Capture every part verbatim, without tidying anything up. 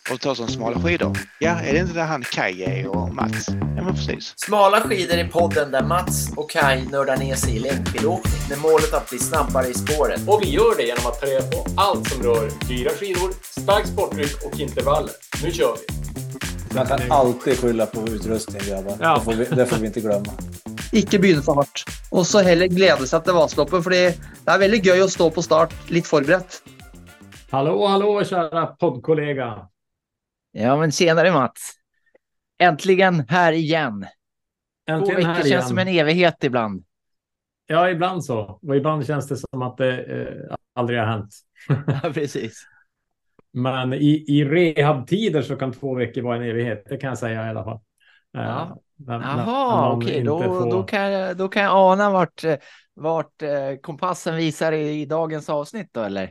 och tar som smala skidor. Ja, är det inte där han Kaj är och Mats? Ja, men precis. Smala skidor i podden där Mats och Kaj nördar ner sig i längdskidåkning med målet att bli snabbare i spåret. Och vi gör det genom att ta reda på allt som rör dyra skidor, stark sporttryck och intervaller. Nu kör vi! Man kan alltid skylla på utrustning, grabbar. Ja. Det, får vi, det får vi inte glömma. Ikke begynne for hardt. Og så heller glede seg til Vasaloppet, fordi det er veldig gøy å stå på start litt forberedt. Hallå, hallå kära poddkollega. Ja, men tjenare Mats. Äntligen här igen. Äntligen Två veckor här känns igen. som en evighet ibland. Ja, ibland så. Och ibland känns det som att det eh, aldrig har hänt. Ja, precis. Men i, i rehabtider så kan två veckor vara en evighet. Det kan jag säga i alla fall. Ja. Eh, när- när- när Jaha, man okej. inte Då, får- då, kan jag, då kan jag ana vart, eh, vart eh, kompassen visar i, i dagens avsnitt då, eller?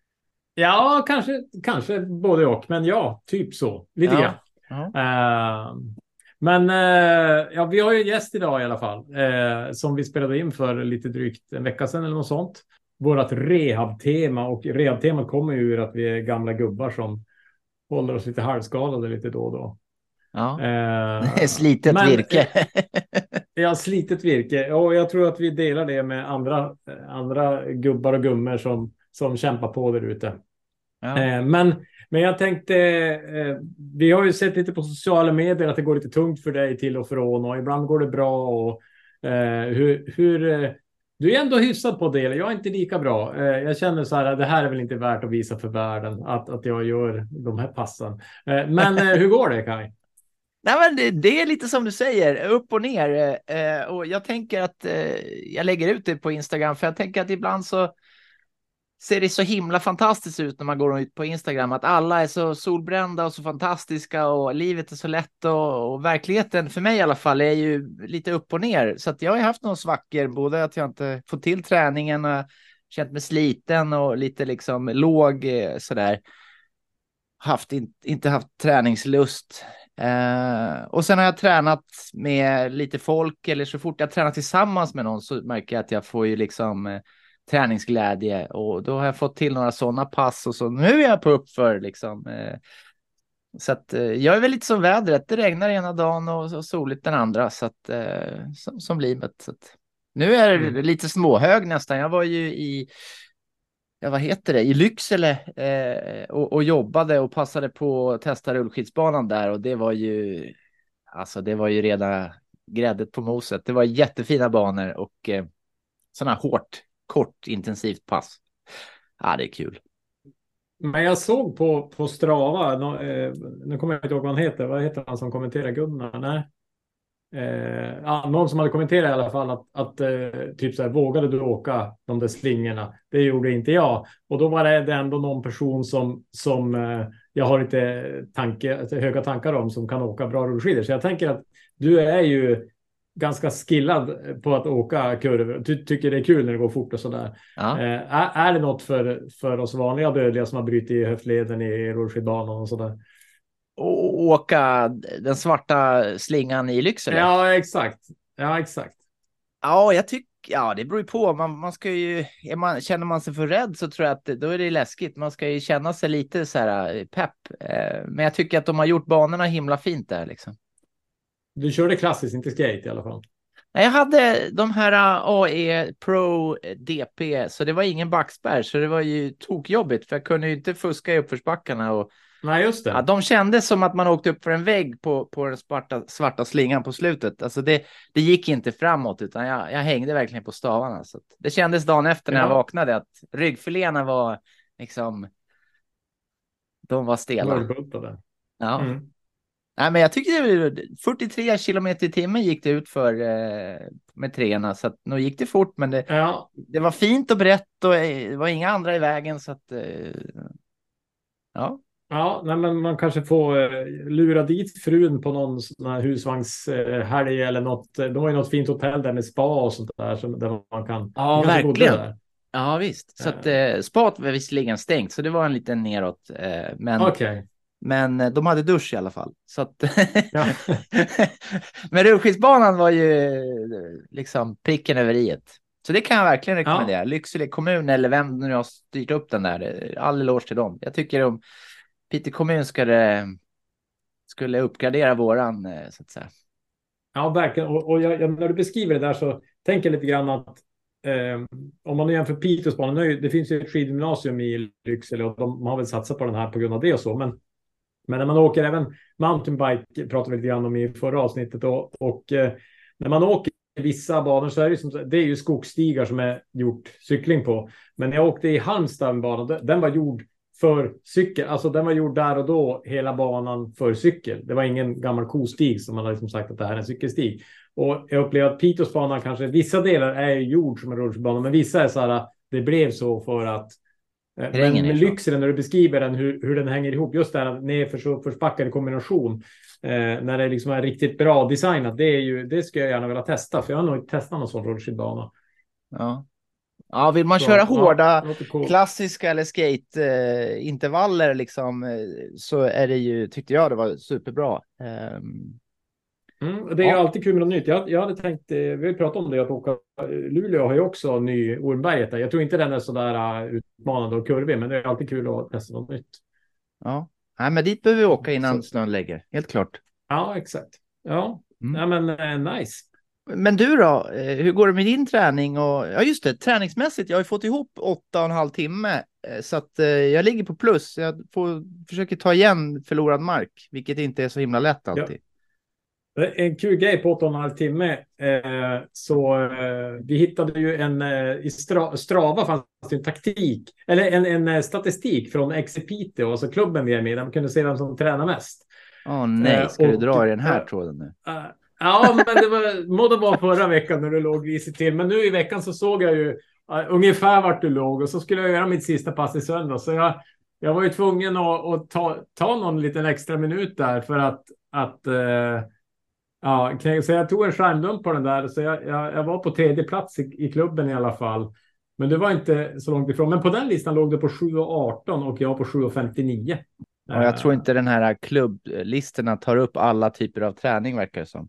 Ja, kanske, kanske både och. Men ja, typ så. Lite Ja. grann. Ja. Eh, men eh, ja, vi har ju en gäst idag i alla fall. Eh, som vi spelade in för lite drygt en vecka sedan eller något sånt. Vårat rehab-tema. Och rehab-temat kommer ju ur att vi är gamla gubbar som håller oss lite halvskadade lite då och då. Ja. Eh, Slitet men- virke. Ja, slitet virke. Och jag tror att vi delar det med andra, andra gubbar och gummor som, som kämpar på där ute. Ja. Eh, men, men jag tänkte, eh, vi har ju sett lite på sociala medier att det går lite tungt för dig till och från och ibland går det bra. Och, eh, hur, hur, eh, du är ändå hyfsad på det, jag är inte lika bra. Eh, jag känner så här, det här är väl inte värt att visa för världen att, att jag gör de här passen. Eh, men eh, hur går det, Kaj? Nej, men det, det är lite som du säger, upp och ner. Eh, och jag tänker att eh, jag lägger ut det på Instagram, för jag tänker att ibland så ser det så himla fantastiskt ut när man går ut på Instagram, att alla är så solbrända och så fantastiska och livet är så lätt, och, och verkligheten för mig i alla fall är ju lite upp och ner. Så att jag har haft några svackor, både att jag inte fått till träningen och känt mig sliten och lite liksom låg eh, sådär. Haft in, inte haft träningslust. Eh, och sen har jag tränat med lite folk, eller så fort jag tränar tillsammans med någon så märker jag att jag får ju liksom eh, träningsglädje, och då har jag fått till några sådana pass, och så nu är jag på uppför liksom. Eh, så att eh, jag är väl lite som vädret, det regnar ena dagen och, och soligt den andra, så att eh, som, som livet. Så att, nu är det Mm. lite småhög nästan. Jag var ju i Ja, vad heter det? I Lycksele eh, och, och jobbade och passade på att testa rullskidsbanan där, och det var ju alltså det var ju redan gräddet på moset. Det var jättefina banor och eh, sådana hårt, kort, intensivt pass. Ja, det är kul. Men jag såg på, på Strava, nå, eh, nu kommer jag inte ihåg vad han heter, vad heter han som kommenterar Gunnar? Nej. Eh, ja, någon som hade kommenterat i alla fall att, att eh, typ så här, vågade du åka de där slingorna? Det gjorde inte jag. Och då var det ändå någon person som, som eh, jag har lite tanke, höga tankar om, som kan åka bra rullskidor. Så jag tänker att du är ju ganska skillad på att åka kurvor. Du tycker det är kul när det går fort och sådär. Ja. Eh, är, är det något för, för oss vanliga dödliga som har brutit i höftleden i rullskidbanan och sådär? Och åka den svarta slingan i Lycksele. Ja, exakt. Ja, exakt. Ja, jag tycker, ja, det beror ju på. Man, man ska ju, är man, känner man sig för rädd så tror jag att det, då är det läskigt. Man ska ju känna sig lite så här eh, pepp. Eh, men jag tycker att de har gjort banorna himla fint där liksom. Du körde klassiskt, inte skate i alla fall. Nej, jag hade de här A E Pro D P, så det var ingen backspärr, så det var ju tokjobbigt, för jag kunde ju inte fuska i uppförsbackarna, och Nej, just det. ja, de kändes som att man åkte upp för en vägg på, på den svarta, svarta slingan på slutet. Alltså det, det gick inte framåt, utan jag, jag hängde verkligen på stavarna. Så att det kändes dagen efter när jag Ja. vaknade att ryggfiléerna var liksom, de var stela. Norrbultade. Ja. Mm. Nej, men jag tyckte det var fyrtiotre kilometer i timmen gick det ut för eh, med treorna, så att nu gick det fort, men det, Ja, det var fint och brett, och eh, det var inga andra i vägen, så att eh, ja. ja nej, men man kanske får eh, lura dit frun på någon sån här husvagnshelg eh, eller något. De har ju något fint hotell där med spa och sånt där, som, där man kan... Ja, man kanske bodde verkligen. där. Ja, visst. Så att eh, spat var visserligen stängt, så det var en liten neråt. Eh, men, Okej. men eh, de hade dusch i alla fall. Så att Ja. men rullskidsbanan var ju eh, liksom pricken över iet. Så det kan jag verkligen rekommendera. Ja. Lycksele kommun, eller vem nu har styrt upp den där. All eloge till dem. Jag tycker de, Piteå kommun skulle, skulle uppgradera våran, eh, så att säga. Ja, verkligen. Och, och jag, jag, när du beskriver det där så tänker jag lite grann att eh, om man nu jämför Piteåsbanan, nu, det finns ju ett skidgymnasium i Lycksele och de har väl satsat på den här på grund av det och så. Men, men när man åker även mountainbike, pratade vi lite grann om i förra avsnittet, och, och eh, när man åker vissa banor så är det, som, det är ju skogsstigar som är gjort cykling på. Men när jag åkte i Halmstad banan, den var gjord för cykel. Alltså den var gjord där och då, hela banan för cykel. Det var ingen gammal kostig som man har liksom sagt att det här är en cykelstig. Och jag upplever att Piteåsbanan kanske, vissa delar är gjord som en rullbana, men vissa är så här, det blev så för att eh, men med Lycksele, när du beskriver den, hur, hur den hänger ihop, just där nedförs och uppförsbackade kombination, eh, när det liksom är riktigt bra designat, det är ju, det ska jag gärna vilja testa, för jag har nog testat någon sån rullskidbana. Ja. Ja, vill man så, köra hårda, ja, klassiska eller skate-intervaller eh, liksom, eh, så är det ju, tyckte jag det var superbra. Um, mm, det är ja. ju alltid kul med något nytt. Jag, jag hade tänkt, eh, vi har pratat om det, att åka, Luleå har ju också ny Ormberget där. Jag tror inte den är sådär uh, utmanande och kurvig, men det är alltid kul att testa något nytt. Ja, nej, men dit behöver vi åka innan så. Snön lägger, helt klart. Ja, exakt. Ja, mm. ja men uh, nice. Men du då, hur går det med din träning? Och, ja just det, träningsmässigt, jag har ju fått ihop åtta och en halv timme, så att eh, jag ligger på plus. Jag får, försöker ta igen förlorad mark, vilket inte är så himla lätt alltid. Ja. En kul grej på åtta och en halv timme, eh, så eh, vi hittade ju en, eh, i Stra- Strava fanns det en taktik, eller en, en statistik från X C Piteå, alltså klubben vi är med, där man kunde se vem som tränar mest. Åh oh, nej, ska eh, och, du dra i den här uh, tråden nu? Uh, Ja, men det var, mådde vara förra veckan när du låg risigt till. Men nu i veckan så såg jag ju uh, ungefär vart du låg. Och så skulle jag göra mitt sista pass i söndag. Så jag, jag var ju tvungen att, att ta, ta någon liten extra minut där. För att, att uh, ja, så jag tog en skärmdump på den där. Så jag, jag, jag var på tredje plats i, i klubben i alla fall. Men det var inte så långt ifrån. Men på den listan låg det på sju och arton och jag på sju och femtionio. Ja, jag tror inte den här klubblistorna tar upp alla typer av träning, verkar det som.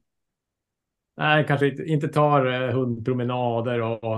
Nej, kanske inte, inte tar eh, hundpromenader och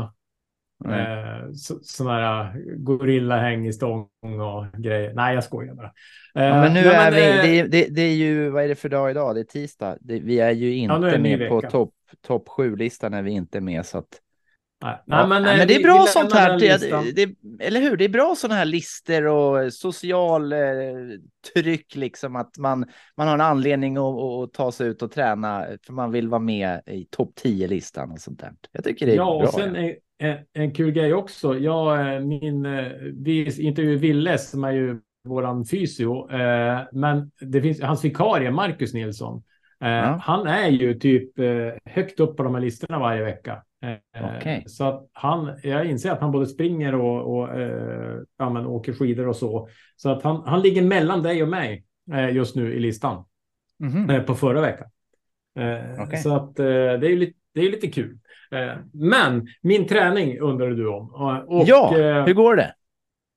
eh, så, sådana här gorillahäng i stång och grejer. Nej, jag skojar bara. Eh, ja, men nu nej, är men, vi, eh, det, det, det är ju, vad är det för dag idag? Det är tisdag. Det, vi är ju inte ja, är med på topp top sju-listan, är vi inte med, så att... Nej, ja, nej, men, nej, men det är vi, bra vi sånt här, det, det, eller hur? Det är bra sådana här listor och social eh, tryck, liksom att man, man har en anledning att, att ta sig ut och träna för man vill vara med i topp tio-listan och sånt där. Jag tycker det är ja, bra. Och sen ja. en, en kul grej också. Jag, min, vi intervjuade Ville som är ju våran fysio, eh, men det finns hans vikarie, Marcus Nilsson. Eh, ja. Han är ju typ eh, högt upp på de här listorna varje vecka. Okay. Så att han, jag inser att han både springer och, och eh, ja, men åker skidor och så. Så att han, han ligger mellan dig och mig eh, just nu i listan. Mm-hmm. eh, på förra veckan. Eh, okay. Så att eh, det är ju lite, det är lite kul. Eh, men min träning undrar du om. Och, ja, eh, hur går det?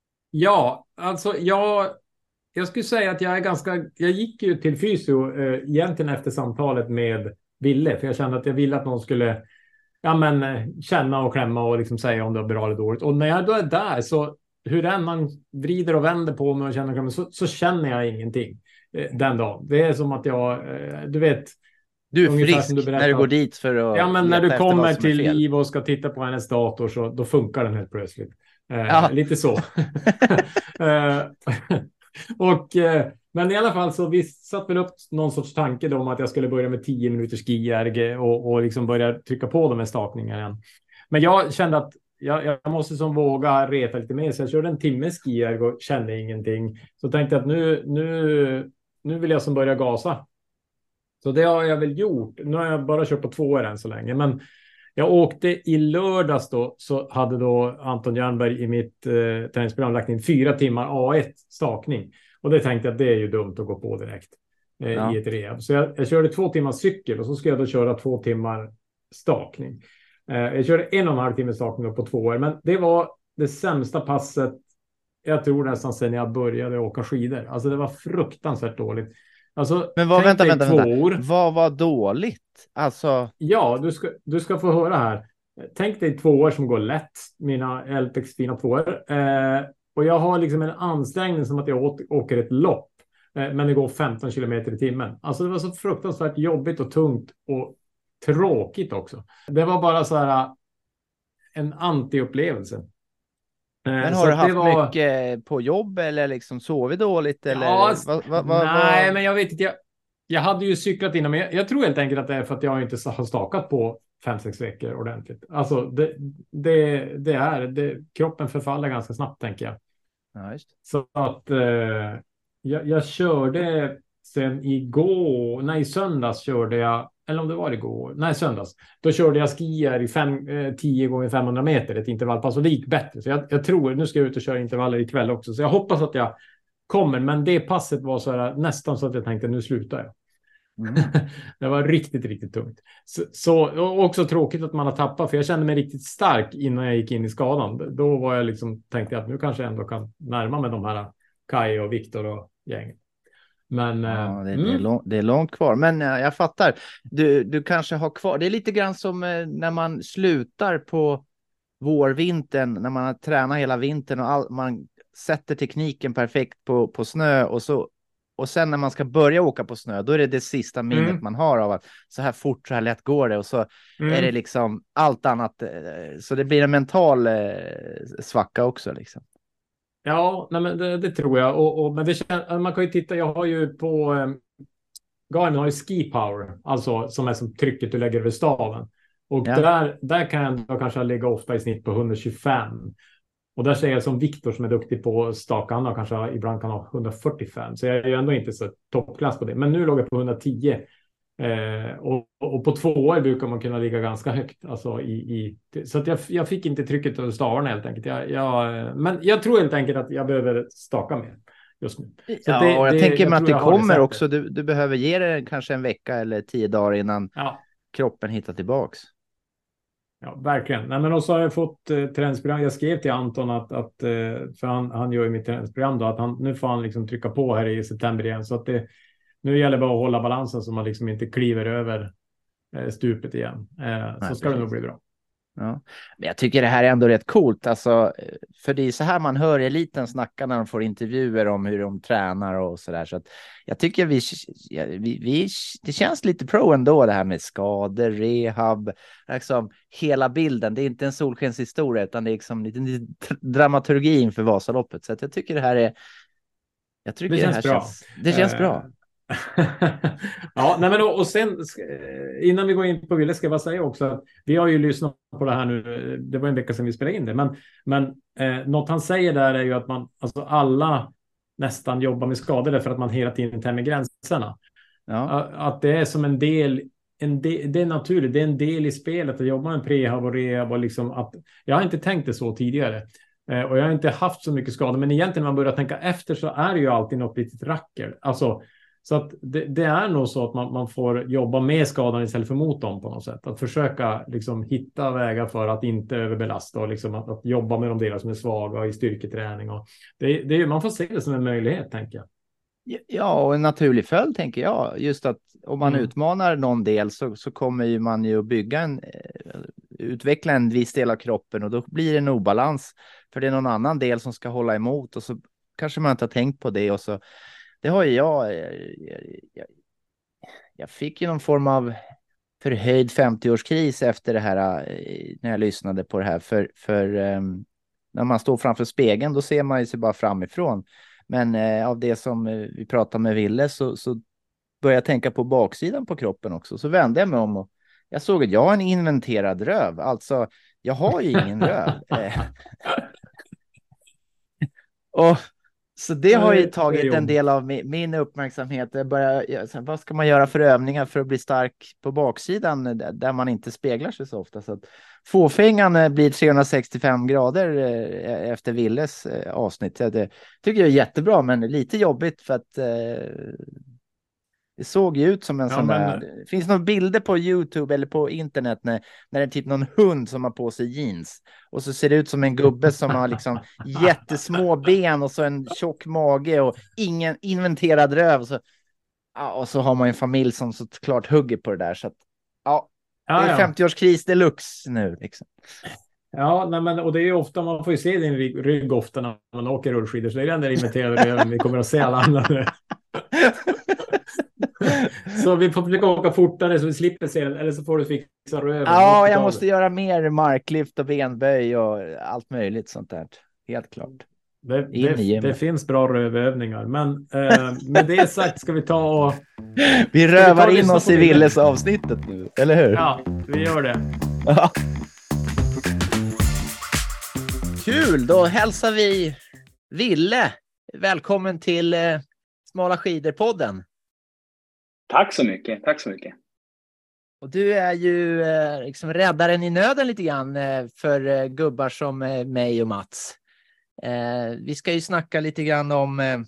Ja, alltså jag, jag skulle säga att jag är ganska, jag gick ju till fysio eh, egentligen efter samtalet med Ville. För jag kände att jag ville att någon skulle ja, men, känna och klämma och liksom säga om det var bra eller dåligt. Och när jag då är där, så hur än man vrider och vänder på mig och känner och klämma, så, så känner jag ingenting eh, den dagen. Det är som att jag, eh, du vet... Du är frisk du när du går dit för att... Ja, men när du kommer till Liv och ska titta på hennes dator, så då funkar den helt plötsligt. Eh, ja. Lite så. eh, och... Eh, Men i alla fall så vi satt väl upp någon sorts tanke om att jag skulle börja med tio minuters skijärg och, och liksom börja trycka på de här stakningarna igen. Men jag kände att jag, jag måste som våga reta lite mer, så jag körde en timme skijärg och kände ingenting. Så tänkte jag att nu, nu, nu vill jag som börja gasa. Så det har jag väl gjort. Nu har jag bara kört på två år än så länge. Men jag åkte i lördags då, så hade då Anton Jernberg i mitt eh, träningsprogram lagt in fyra timmar A ett stakning. Och det tänkte jag att det är ju dumt att gå på direkt eh, ja. i ett rehab. Så jag, jag körde två timmar cykel och så ska jag då köra två timmar stakning. Eh, jag körde en och en halv timme stakning på två år. Men det var det sämsta passet, jag tror nästan sedan jag började åka skidor. Alltså det var fruktansvärt dåligt. Alltså, men vad, vänta, vänta, vänta. Vad var dåligt? Alltså... Ja, du ska, du ska få höra här. Tänk dig två år som går lätt. Mina L P X fina två år. Eh, Och jag har liksom en ansträngning som att jag åker ett lopp. Men det går femton kilometer i timmen. Alltså det var så fruktansvärt jobbigt och tungt och tråkigt också. Det var bara så här en anti-upplevelse. Men så har du haft var... mycket på jobb eller liksom sovit dåligt? Eller? Ja, va, va, va, nej, va... men jag vet inte. Jag, jag hade ju cyklat innan, men jag, jag tror helt enkelt att det är för att jag inte har stakat på fem, sex veckor ordentligt. Alltså det, det, det är, det, kroppen förfaller ganska snabbt, tänker jag. Ja, just. Så att eh, jag, jag körde sen igår, nej söndags körde jag, eller om det var igår, nej söndags, då körde jag skier i fem, eh, tio gånger femhundra meter, ett intervallpass, och det gick bättre. Så jag, jag tror, nu ska jag ut och köra intervaller ikväll också, så jag hoppas att jag kommer, men det passet var så här, nästan så att jag tänkte, nu slutar jag. Mm. Det var riktigt, riktigt tungt. Så, så och också tråkigt att man har tappat, för jag kände mig riktigt stark innan jag gick in i skadan. Då var jag liksom, tänkte jag att nu kanske jag ändå kan närma mig de här Kai och Viktor och gänget. Men ja, det, mm. det, är lång, det är långt kvar, men äh, jag fattar. Du, du kanske har kvar, det är lite grann som äh, när man slutar på vårvintern, när man har tränat hela vintern och all, man sätter tekniken perfekt på, på snö, och så och sen när man ska börja åka på snö, då är det det sista minnet mm. man har av att så här fort, så här lätt går det, och så mm. är det liksom allt annat, så det blir en mental äh, svacka också liksom. Ja, nej, men det, det tror jag. Och, och, men det, man kan ju titta, jag har ju på eh, Garmin har ju Ski Power, alltså som är som trycket du lägger över staven. Och ja. där, där kan jag då kanske ligga ofta i snitt på hundratjugofem. Och där säger jag som Viktor som är duktig på stakan och kanske ibland kan ha hundrafyrtiofem. Så jag är ju ändå inte så toppklass på det. Men nu låg jag på hundratio. Eh, och, och på två år brukar man kunna ligga ganska högt. Alltså i, i, så att jag, jag fick inte trycket över stavarna helt enkelt. Jag, jag, men jag tror helt enkelt att jag behöver staka mer just nu. Så ja, det, och jag det, tänker jag mig att det kommer det också. Du, du behöver ge det kanske en vecka eller tio dagar innan ja. kroppen hittar tillbaks. Ja, verkligen. Nej, men också har jag fått eh, träningsprogram. Jag skrev till Anton att, att eh, för han, han gör ju mitt träningsprogram då, att han, nu får han liksom trycka på här i september igen. Så att det, nu gäller det bara att hålla balansen så man liksom inte kliver över eh, stupet igen. Eh, Nej, så ska precis. Det nog bli bra. Ja. Men jag tycker det här är ändå rätt coolt. Alltså, för det är så här man hör eliten snacka när de får intervjuer om hur de tränar och så där. Så att jag tycker vi, vi, vi, det känns lite pro ändå, det här med skador, rehab, liksom hela bilden. Det är inte en solskenshistoria utan det är liksom lite dramaturgi inför Vasaloppet. Så att jag tycker det här är... Jag tycker det känns det här bra. Känns, det känns uh... bra. Ja, nej men och, och sen innan vi går in på Ville ska jag bara säga också att vi har ju lyssnat på det här nu, det var en vecka sedan vi spelade in det, men, men eh, något han säger där är ju att man, alltså alla nästan jobbar med skador för att man hela tiden tar med gränserna. Ja. Att det är som en del, en del, det är naturligt, det är en del i spelet att jobba med prehab och rehab och liksom att, jag har inte tänkt det så tidigare. Eh, och jag har inte haft så mycket skador, men egentligen när man börjar tänka efter så är det ju alltid något litet racker. Alltså så att det, det är nog så att man, man får jobba med skadan istället för mot dem på något sätt. Att försöka liksom hitta vägar för att inte överbelasta och liksom att, att jobba med de delar som är svaga i styrketräning. Och det, det, man får se det som en möjlighet, tänker jag. Ja, och en naturlig följd tänker jag. Just att om man mm. utmanar någon del så, så kommer ju man ju att bygga en, utveckla en viss del av kroppen och då blir det en obalans. För det är någon annan del som ska hålla emot och så kanske man inte har tänkt på det och så det har ju jag, jag, jag, jag fick ju någon form av förhöjd femtio-årskris efter det här när jag lyssnade på det här. För, för um, när man står framför spegeln då ser man ju sig bara framifrån. Men uh, av det som uh, vi pratade med Ville så, så började jag tänka på baksidan på kroppen också. Så vände jag mig om och jag såg att jag har en inventerad röv. Alltså, jag har ju ingen röv. och Så det har ju tagit en del av min uppmärksamhet. Jag börjar, vad ska man göra för övningar för att bli stark på baksidan där man inte speglar sig så ofta? Så att fåfängan blir trehundrasextiofem grader efter Villes avsnitt. Det tycker jag är jättebra, men lite jobbigt för att det såg ju ut som en ja, sån men... där... Det finns några bilder på YouTube eller på internet när, när det är typ någon hund som har på sig jeans. Och så ser det ut som en gubbe som har liksom jättesmå ben och så en tjock mage och ingen inventerad röv. Och så, ja, och så har man en familj som så klart hugger på det där. Så att, ja, det är ja, ja. femtio-årskris deluxe nu liksom. Ja, nej, men, och det är ju ofta, man får ju se din rygg, rygg ofta när man åker rullskidor. Så det är den där inventerade röven vi kommer att se alla andra. Så vi får försöka åka fortare så vi slipper se den, eller så får du fixa röven. Ja, jag måste göra mer marklyft och benböj och allt möjligt sånt där. Helt klart. Det, det, det finns bra rövövningar, men eh, med det sagt ska vi ta och... Vi rövar vi in oss i Willes avsnittet nu, eller hur? Ja, vi gör det. Kul, då hälsar vi Wille. Välkommen till eh, Smala skidor-podden. Tack så mycket, tack så mycket. Och du är ju eh, liksom räddaren i nöden lite grann eh, för eh, gubbar som eh, mig och Mats. Eh, vi ska ju snacka lite grann om eh,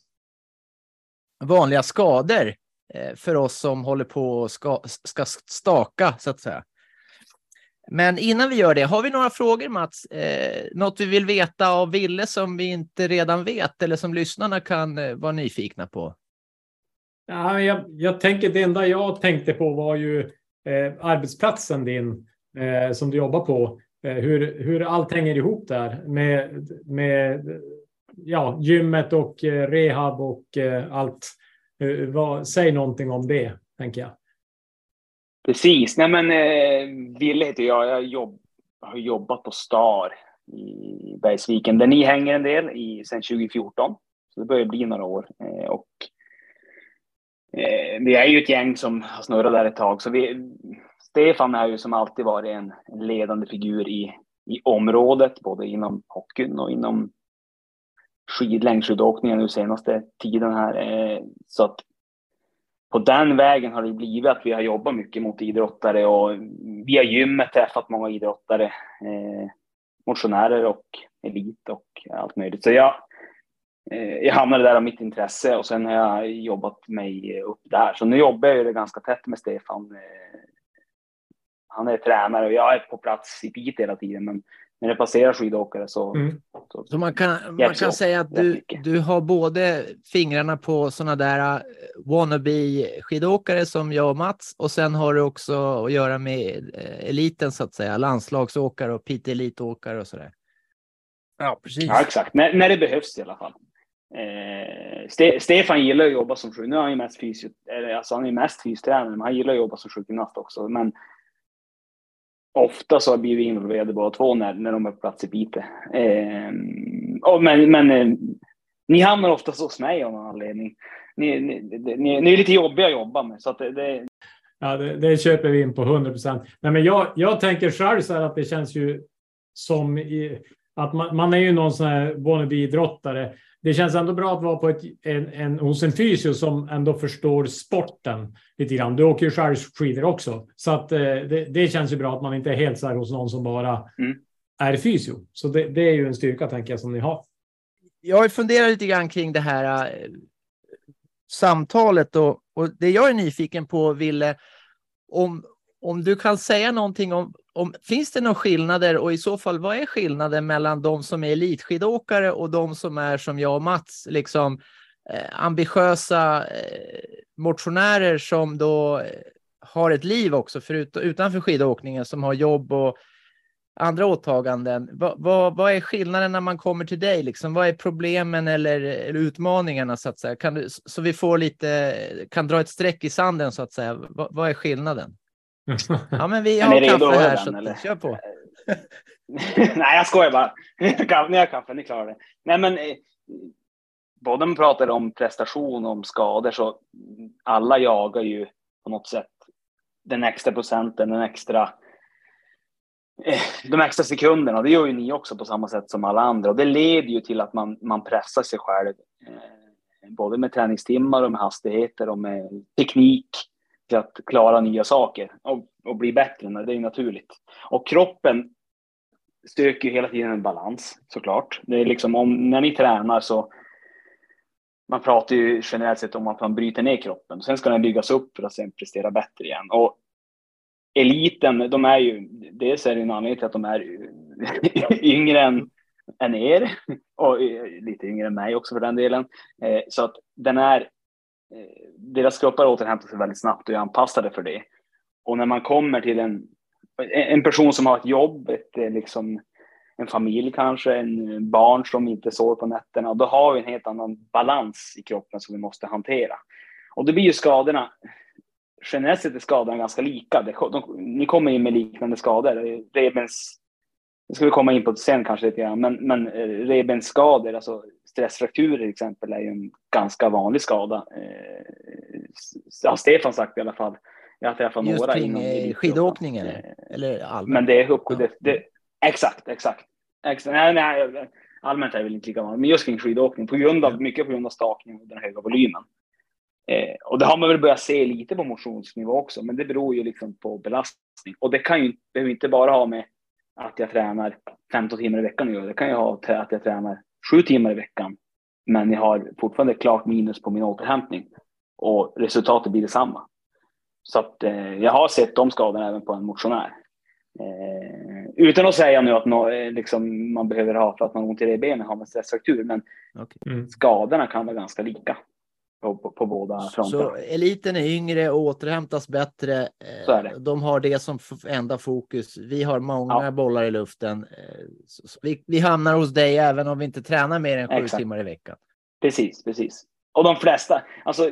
vanliga skador eh, för oss som håller på och ska, ska staka så att säga. Men innan vi gör det, har vi några frågor Mats? Eh, något vi vill veta av Wille som vi inte redan vet eller som lyssnarna kan eh, vara nyfikna på? Ja, jag, jag tänker det enda jag tänkte på var ju eh, arbetsplatsen din eh, som du jobbar på. Eh, hur, hur allt hänger ihop där med, med ja, gymmet och eh, rehab och eh, allt. Eh, vad, säg någonting om det, tänker jag. Precis. Nej, men eh, Wille heter jag. Jag jobb, har jobbat på Star i Bergsviken där ni hänger en del i sedan tjugo fjorton. Så det börjar bli några år. Eh, och eh, vi är ju ett gäng som har snurrat där ett tag. Så vi, Stefan är ju som alltid varit en, en ledande figur i, i området. Både inom hockeyn och inom skid, längdskidåkningen nu senaste tiden här. Eh, så att på den vägen har det blivit att vi har jobbat mycket mot idrottare och via gymmet träffat många idrottare, eh, motionärer och elit och allt möjligt. Så jag, eh, jag hamnade där av mitt intresse och sen har jag jobbat mig upp där. Så nu jobbar jag ju ganska tätt med Stefan. Eh, han är tränare och jag är på plats i Piteå hela tiden, men när det passerar skidåkare så... Mm. Så, så man kan, man kan säga att du, du har både fingrarna på sådana där wannabe-skidåkare som jag och Mats, och sen har du också att göra med eliten så att säga, landslagsåkare och Piteå elitåkare och sådär. Ja, precis. Ja, exakt. När, när det behövs i alla fall. Eh, Ste- Stefan gillar att jobba som sjukgymnast. Nu är han ju mest fysio, alltså han är mest fystränare, men han gillar att jobba som sjukgymnast också. Men ofta så blir vi involverade båda två när, när de är på plats i Piteå. Eh, och men men eh, ni hamnar ofta hos mig av någon anledning. Ni, ni, ni, ni är lite jobbiga att jobba med. Så att det, det... Ja, det, det köper vi in på hundra procent. Nej, men jag, jag tänker själv så här att det känns ju som i, att man, man är ju någon sån här wannabe-idrottare. Det känns ändå bra att vara på ett, en, en, hos en fysio som ändå förstår sporten lite grann. Du åker ju själv skidor också. Så att, eh, det, det känns ju bra att man inte är helt så här hos någon som bara mm. är fysio. Så det, det är ju en styrka, tänker jag, som ni har. Jag har funderat lite grann kring det här äh, samtalet. Och, och det jag är nyfiken på, Wille, om, om du kan säga någonting om, om, finns det några skillnader, och i så fall vad är skillnaden mellan de som är elitskidåkare och de som är som jag och Mats, liksom eh, ambitiösa eh, motionärer som då eh, har ett liv också förut, utanför skidåkningen, som har jobb och andra åtaganden. Va, va, vad är skillnaden när man kommer till dig? Liksom? Vad är problemen eller, eller utmaningarna så att säga? Kan du, så vi får lite, kan dra ett streck i sanden så att säga. Va, vad är skillnaden? Ja, men vi har kaffe här, så den, kör på. Nej, jag skojar bara. Ni har kaffe, ni klarar det. Nej, men eh, både man pratar om prestation och om skador, så alla jagar ju på något sätt den extra procenten, den extra eh, de extra sekunderna. Det gör ju ni också på samma sätt som alla andra. Och det leder ju till att man, man pressar sig själv eh, både med träningstimmar och med hastigheter och med teknik till att klara nya saker och, och bli bättre. Det är ju naturligt. Och kroppen söker ju hela tiden en balans, såklart. Det är liksom om, när ni tränar så man pratar ju generellt sett om att man bryter ner kroppen. Sen ska den byggas upp för att sen prestera bättre igen. Och eliten, de är ju, dels är det en anledning till att de är yngre än, än er. Och lite yngre än mig också för den delen. Så att den är, deras kroppar återhämtar sig väldigt snabbt och är anpassade för det. Och när man kommer till en, en person som har ett jobb, ett, liksom, en familj kanske, en barn som inte sover på nätterna, då har vi en helt annan balans i kroppen som vi måste hantera. Och det blir ju skadorna, generellt sett är skadorna ganska lika. De, de, ni kommer in med liknande skador. Rebens, det ska vi komma in på sen kanske lite grann, men, men rebens skador, alltså stressfrakturer till exempel, är ju en ganska vanlig skada. Eh, har Stefan sagt i alla fall. Jag har träffat just några kring inom skidåkning eller, eller allmänt. Men det är upp, ja. det, det, exakt, exakt. exakt nej, nej, allmänt är det väl inte lika vanligt, men just kring skidåkning på grund av, mycket på grund av stakning och den höga volymen. Eh, och det har man väl börjat se lite på motionsnivå också, men det beror ju liksom på belastning. Och det kan ju behöver inte bara ha med att jag tränar femton timmar i veckan nu. Det kan ju ha att jag tränar sju timmar i veckan, men jag har fortfarande klart minus på min återhämtning och resultatet blir detsamma. Så att eh, jag har sett de skadorna även på en motionär. Eh, utan att säga nu att no, eh, liksom, man behöver ha för att man har ont i benen har man stressfraktur, men okay. mm. skadorna kan vara ganska lika på, på, på båda fronterna. Så eliten är yngre och återhämtas bättre. Så är det. De har det som enda fokus. Vi har många ja. bollar i luften. Så vi, vi hamnar hos dig även om vi inte tränar mer än sju Exakt. timmar i veckan. Precis, precis. Och de flesta, alltså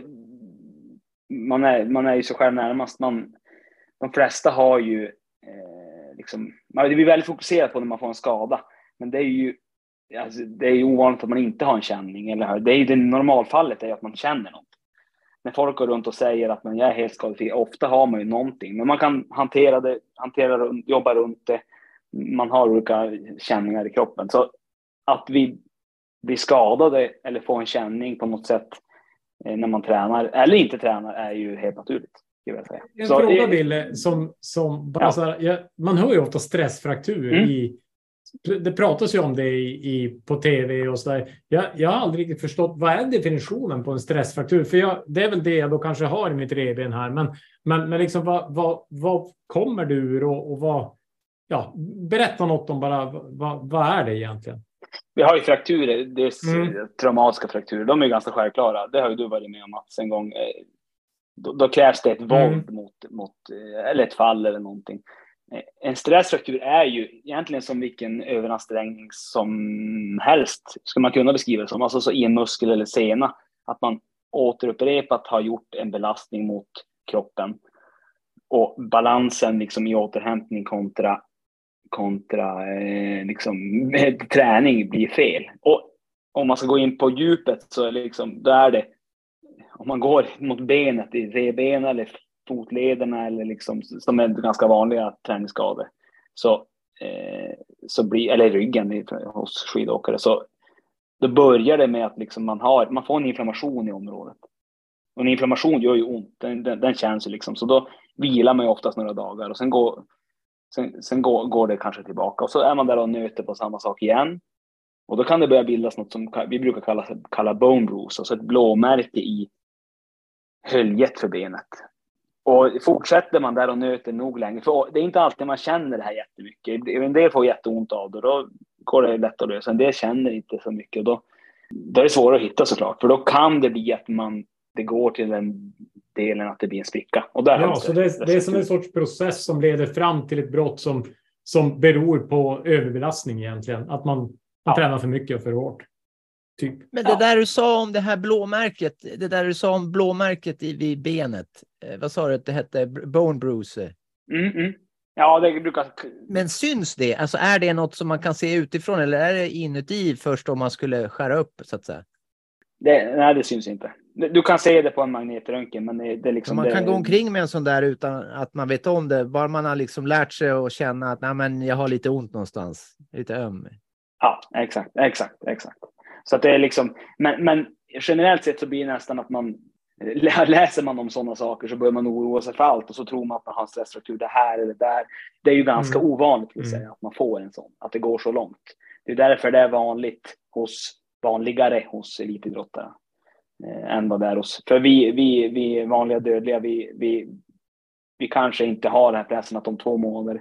man är, man är ju så själv närmast. Man, de flesta har ju eh, liksom, man, det blir väldigt fokuserat på när man får en skada. Men det är ju alltså, det är ju ovanligt att man inte har en känning. Eller, det är ju det normalfallet är att man känner något. När folk går runt och säger att man jag är helt skadefri, ofta har man ju någonting. Men man kan hantera det, hantera, jobba runt det. Man har olika känningar i kroppen. Så att vi blir skadade eller får en känning på något sätt när man tränar eller inte tränar är ju helt naturligt. Säga. En Så, fråga, eh, Ville, som, som bara ja. så här, jag, man hör ju ofta stressfraktur mm. i, det pratas ju om det i, i, på tv och så där. Jag, jag har aldrig riktigt förstått, vad är definitionen på en stressfraktur? För jag, det är väl det jag då kanske har i mitt revben här, men, men, men liksom vad, vad, vad kommer du ur och, och vad, ja, berätta något om bara, vad, vad är det egentligen? Vi har ju frakturer, det är Mm. traumatiska frakturer, de är ganska självklara. Det har ju du varit med om Mats en gång. Då, då krävs det ett våld Mm. mot, mot, eller ett fall eller någonting. En stressfraktur är ju egentligen som vilken överansträngning som helst, ska man kunna beskriva det som. Alltså så i en muskel eller sena, att man återupprepat har gjort en belastning mot kroppen. Och balansen liksom i återhämtning kontra kontra eh, liksom, träning blir fel. Och om man ska gå in på djupet så är det liksom, då är det om man går mot benet i revben eller fotlederna eller liksom, som är ganska vanliga träningsskador så, eh, så blir, eller ryggen hos skidåkare så då börjar det med att liksom man, har, man får en inflammation i området. Och en inflammation gör ju ont, den, den, den känns ju liksom, så då vilar man ju oftast några dagar och sen går Sen, sen går, går det kanske tillbaka och så är man där och nöter på samma sak igen. Och då kan det börja bildas något som vi brukar kalla, kalla bone bruise, alltså ett blåmärke i höljet för benet. Och fortsätter man där och nöter nog länge, för det är inte alltid man känner det här jättemycket. En del får jätteont av det, då går det lätt att lösa. En del känner inte så mycket och då, då är det svårare att hitta såklart. För då kan det bli att man, det går till den delen att det blir en spricka. Och där ja, så det, det är som en sorts process som leder fram till ett brott som, som beror på överbelastning egentligen. Att man, man ja. tränar för mycket och för hårt. Typ. Men det ja. där du sa om det här blåmärket, det där du sa om blåmärket i vid benet, eh, vad sa du att det hette? Bone bruise? Mm, mm. Ja, det brukar... Men syns det? Alltså är det något som man kan se utifrån eller är det inuti först om man skulle skära upp så att säga? Det, nej, det syns inte. Du kan se det på en magnetröntgen, men det, det är liksom... Så man det, kan gå omkring med en sån där utan att man vet om det. Bara man har liksom lärt sig att känna att nej, men jag har lite ont någonstans. Lite öm. Ja, exakt, exakt, exakt. Så att det är liksom... Men, men generellt sett så blir det nästan att man... Läser man om sådana saker så börjar man oroa sig för allt och så tror man att man har en stressfraktur det här eller där. Det är ju ganska mm. ovanligt vill mm. säga, att man får en sån. Att det går så långt. Det är därför det är vanligt hos... vanligare hos elitidrottare eh, än vad det är hos. För vi, vi, vi vanliga dödliga, vi, vi, vi kanske inte har den här pressen att om två månader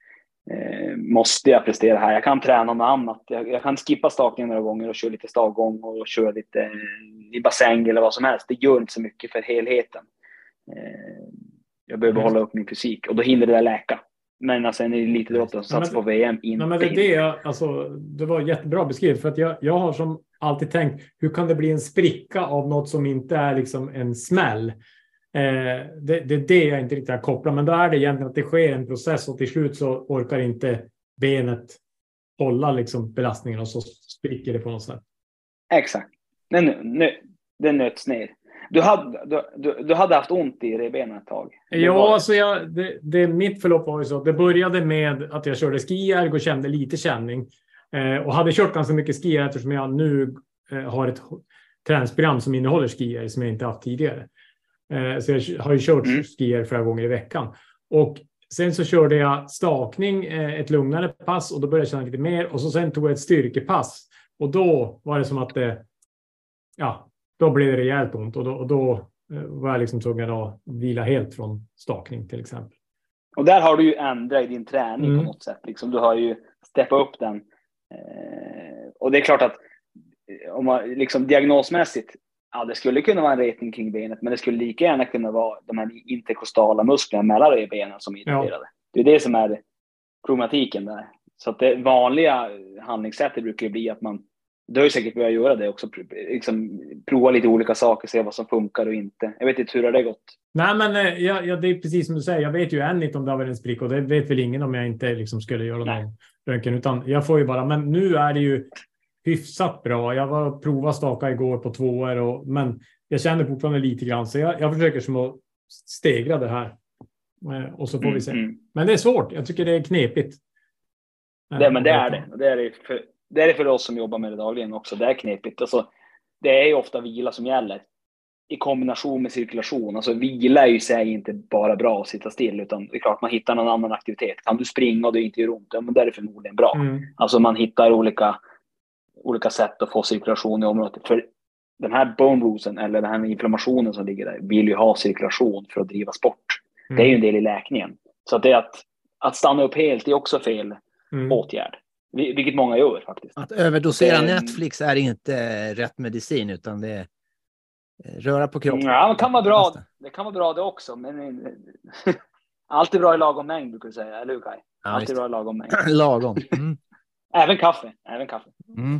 eh, måste jag prestera här. Jag kan träna något annat. Jag, jag kan skippa stakningen några gånger och köra lite stavgång och köra lite eh, i bassäng eller vad som helst. Det gör inte så mycket för helheten. Eh, jag behöver mm. hålla upp min fysik och då hinner det där läka. Men alltså en elitidrottare som satsar på V M inte. Nej, men det, det, är, alltså, det var jättebra beskrivet för att jag, jag har som alltid tänkt, hur kan det bli en spricka av något som inte är liksom en smäll? Eh, det, det är det jag inte riktigt har kopplat, men då är det egentligen att det sker en process och till slut så orkar inte benet hålla liksom belastningen och så spricker det på något sätt. Exakt. Den, nö, den nöts ner. Du hade, du, du, du hade haft ont i revbenen ett tag. Det ja, var... alltså jag, det, det, mitt förlopp var ju så. Det började med att jag körde skierg och kände lite känning. Eh, och hade kört ganska mycket skierg eftersom jag nu eh, har ett träningsprogram som innehåller skierg som jag inte haft tidigare. Eh, så jag har ju kört mm. skierg flera gånger i veckan. Och sen så körde jag stakning, eh, ett lugnare pass, och då började jag känna lite mer. Och så sen tog jag ett styrkepass. Och då var det som att det, ja, då blev det rejält ont. Och då, och då eh, var jag liksom tvungen att vila helt från stakning till exempel. Och där har du ju ändrat i din träning mm. på något sätt. Liksom, du har ju steppat upp den. Eh, och det är klart att om man, liksom, diagnosmässigt, ja, det skulle kunna vara en retning kring benet, men det skulle lika gärna kunna vara de här interkostala musklerna mellan revbenen som är irriterade. Ja. Det är det som är problematiken där. Så att det vanliga handlingssättet brukar ju bli att man, du har ju säkert börjat göra det också, liksom, prova lite olika saker, se vad som funkar och inte. Jag vet inte hur har det gått. Nej, men ja, ja, det är precis som du säger. Jag vet ju än inte om det har varit en sprick, och det vet väl ingen om jag inte liksom skulle göra någon röntgen, utan jag får ju bara, men nu är det ju hyfsat bra. Jag var och provade staka igår på två år, och, men jag känner fortfarande lite grann, så jag, jag försöker som att stegra det här. Och så får vi se. Mm. Men det är svårt. Jag tycker det är knepigt. Det, men det är det. Det är det, för, det är det för oss som jobbar med det dagligen också. Det är knepigt. Alltså, det är ju ofta vila som gäller. I kombination med cirkulation. Alltså vila är ju sig inte bara bra att sitta still. Utan det är klart man hittar någon annan aktivitet. Kan du springa och det inte gör ont? Ja, men det är förmodligen bra. Mm. Alltså man hittar olika, olika sätt att få cirkulation i området. För den här bone bruisen eller den här inflammationen som ligger där vill ju ha cirkulation för att drivas bort. Mm. Det är ju en del i läkningen. Så att det är att, att stanna upp helt är också fel mm. åtgärd. Vilket många gör faktiskt. Att överdosera det, Netflix är inte rätt medicin, utan det är röra på kroppen. Ja, det kan vara bra. Det kan vara bra det också. Men allt är bra i lagom mängd, brukar du säga. Eller hur, Kaj? Ja, allt är bra i lagom mängd. Lagom. Mm. Även kaffe. Även kaffe. Mm.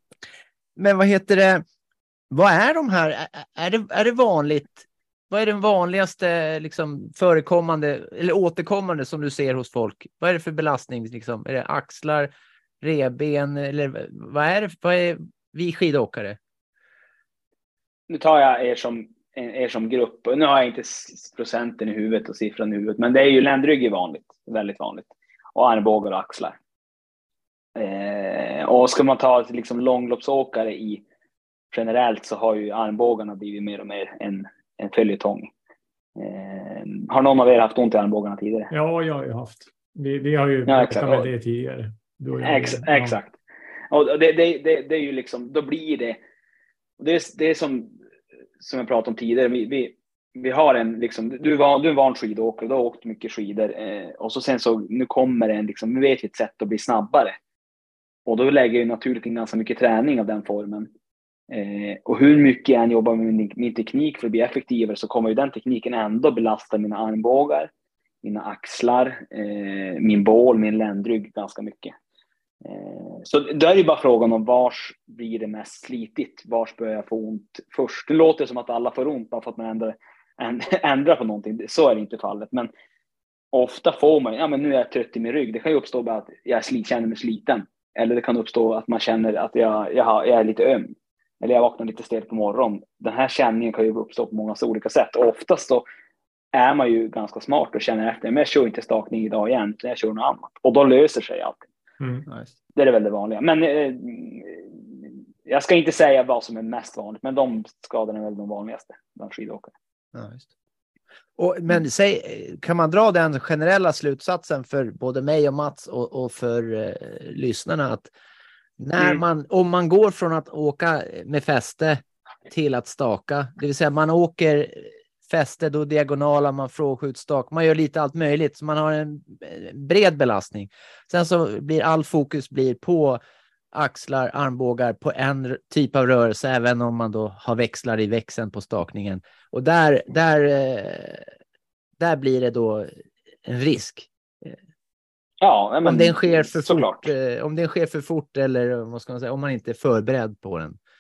Men vad heter det? Vad är de här? Är det, är det vanligt? Vad är den vanligaste liksom, förekommande eller återkommande som du ser hos folk? Vad är det för belastning? Liksom? Är det axlar, revben eller vad är det? Vad är vi skidåkare? Nu tar jag er som, er som grupp. Nu har jag inte procenten i huvudet och siffran i huvudet. Men det är ju ländrygg är vanligt. Väldigt vanligt. Och armbågar och axlar. Eh, och ska man ta liksom, långloppsåkare i generellt så har ju armbågarna blivit mer och mer en en följetong. Eh, har någon av er haft ont i armbågarna tidigare? Ja, jag har ju haft. Vi, vi har ju ja, pratat med det tidigare. Ex, ja. Exakt. Och det, det, det, det är ju liksom, då blir det, det är, det är som, som jag pratade om tidigare, vi, vi, vi har en, liksom, du, var, du är en van skidåkare, du har åkt mycket skidor, eh, och så sen så, nu kommer en, liksom, vi vet ett sätt att bli snabbare. Och då lägger jag naturligtvis ganska mycket träning av den formen. Eh, och hur mycket jag än jobbar med min, min teknik för att bli effektivare, så kommer ju den tekniken ändå belasta mina armbågar, mina axlar, eh, min bål, min ländrygg ganska mycket. Eh, så då är det bara frågan om vars blir det mest slitigt, vars börjar jag få ont först. Det låter som att alla får ont bara för att man ändrar, ändrar på någonting. Så är det inte fallet, men ofta får man, ja men nu är jag trött i min rygg. Det kan ju uppstå bara att jag slit, känner mig sliten, eller det kan uppstå att man känner att jag, jag, har, jag är lite öm. Eller jag vaknar lite stelt på morgonen. Den här känningen kan ju uppstå på många olika sätt. Och oftast då är man ju ganska smart och känner efter. Men jag kör inte stakning idag igen, utan jag kör något annat. Och då löser sig allting. Mm, nice. Det är det väldigt vanliga. Men eh, jag ska inte säga vad som är mest vanligt. Men de skadorna är väl de vanligaste bland skidåkare. Ja, just. Och, men säg, kan man dra den generella slutsatsen för både mig och Mats och, och för eh, lyssnarna att när mm. man, om man går från att åka med fäste till att staka, det vill säga man åker fäste då diagonala, man frågskjutstak, man gör lite allt möjligt, så man har en bred belastning. Sen så blir all fokus blir på axlar, armbågar på en typ av rörelse, även om man då har växlar i växeln på stakningen. Och där, där, där blir det då en risk. Ja, men om den sker för såklart. fort, om den sker för fort eller vad ska man säga, om man inte är förberedd på den.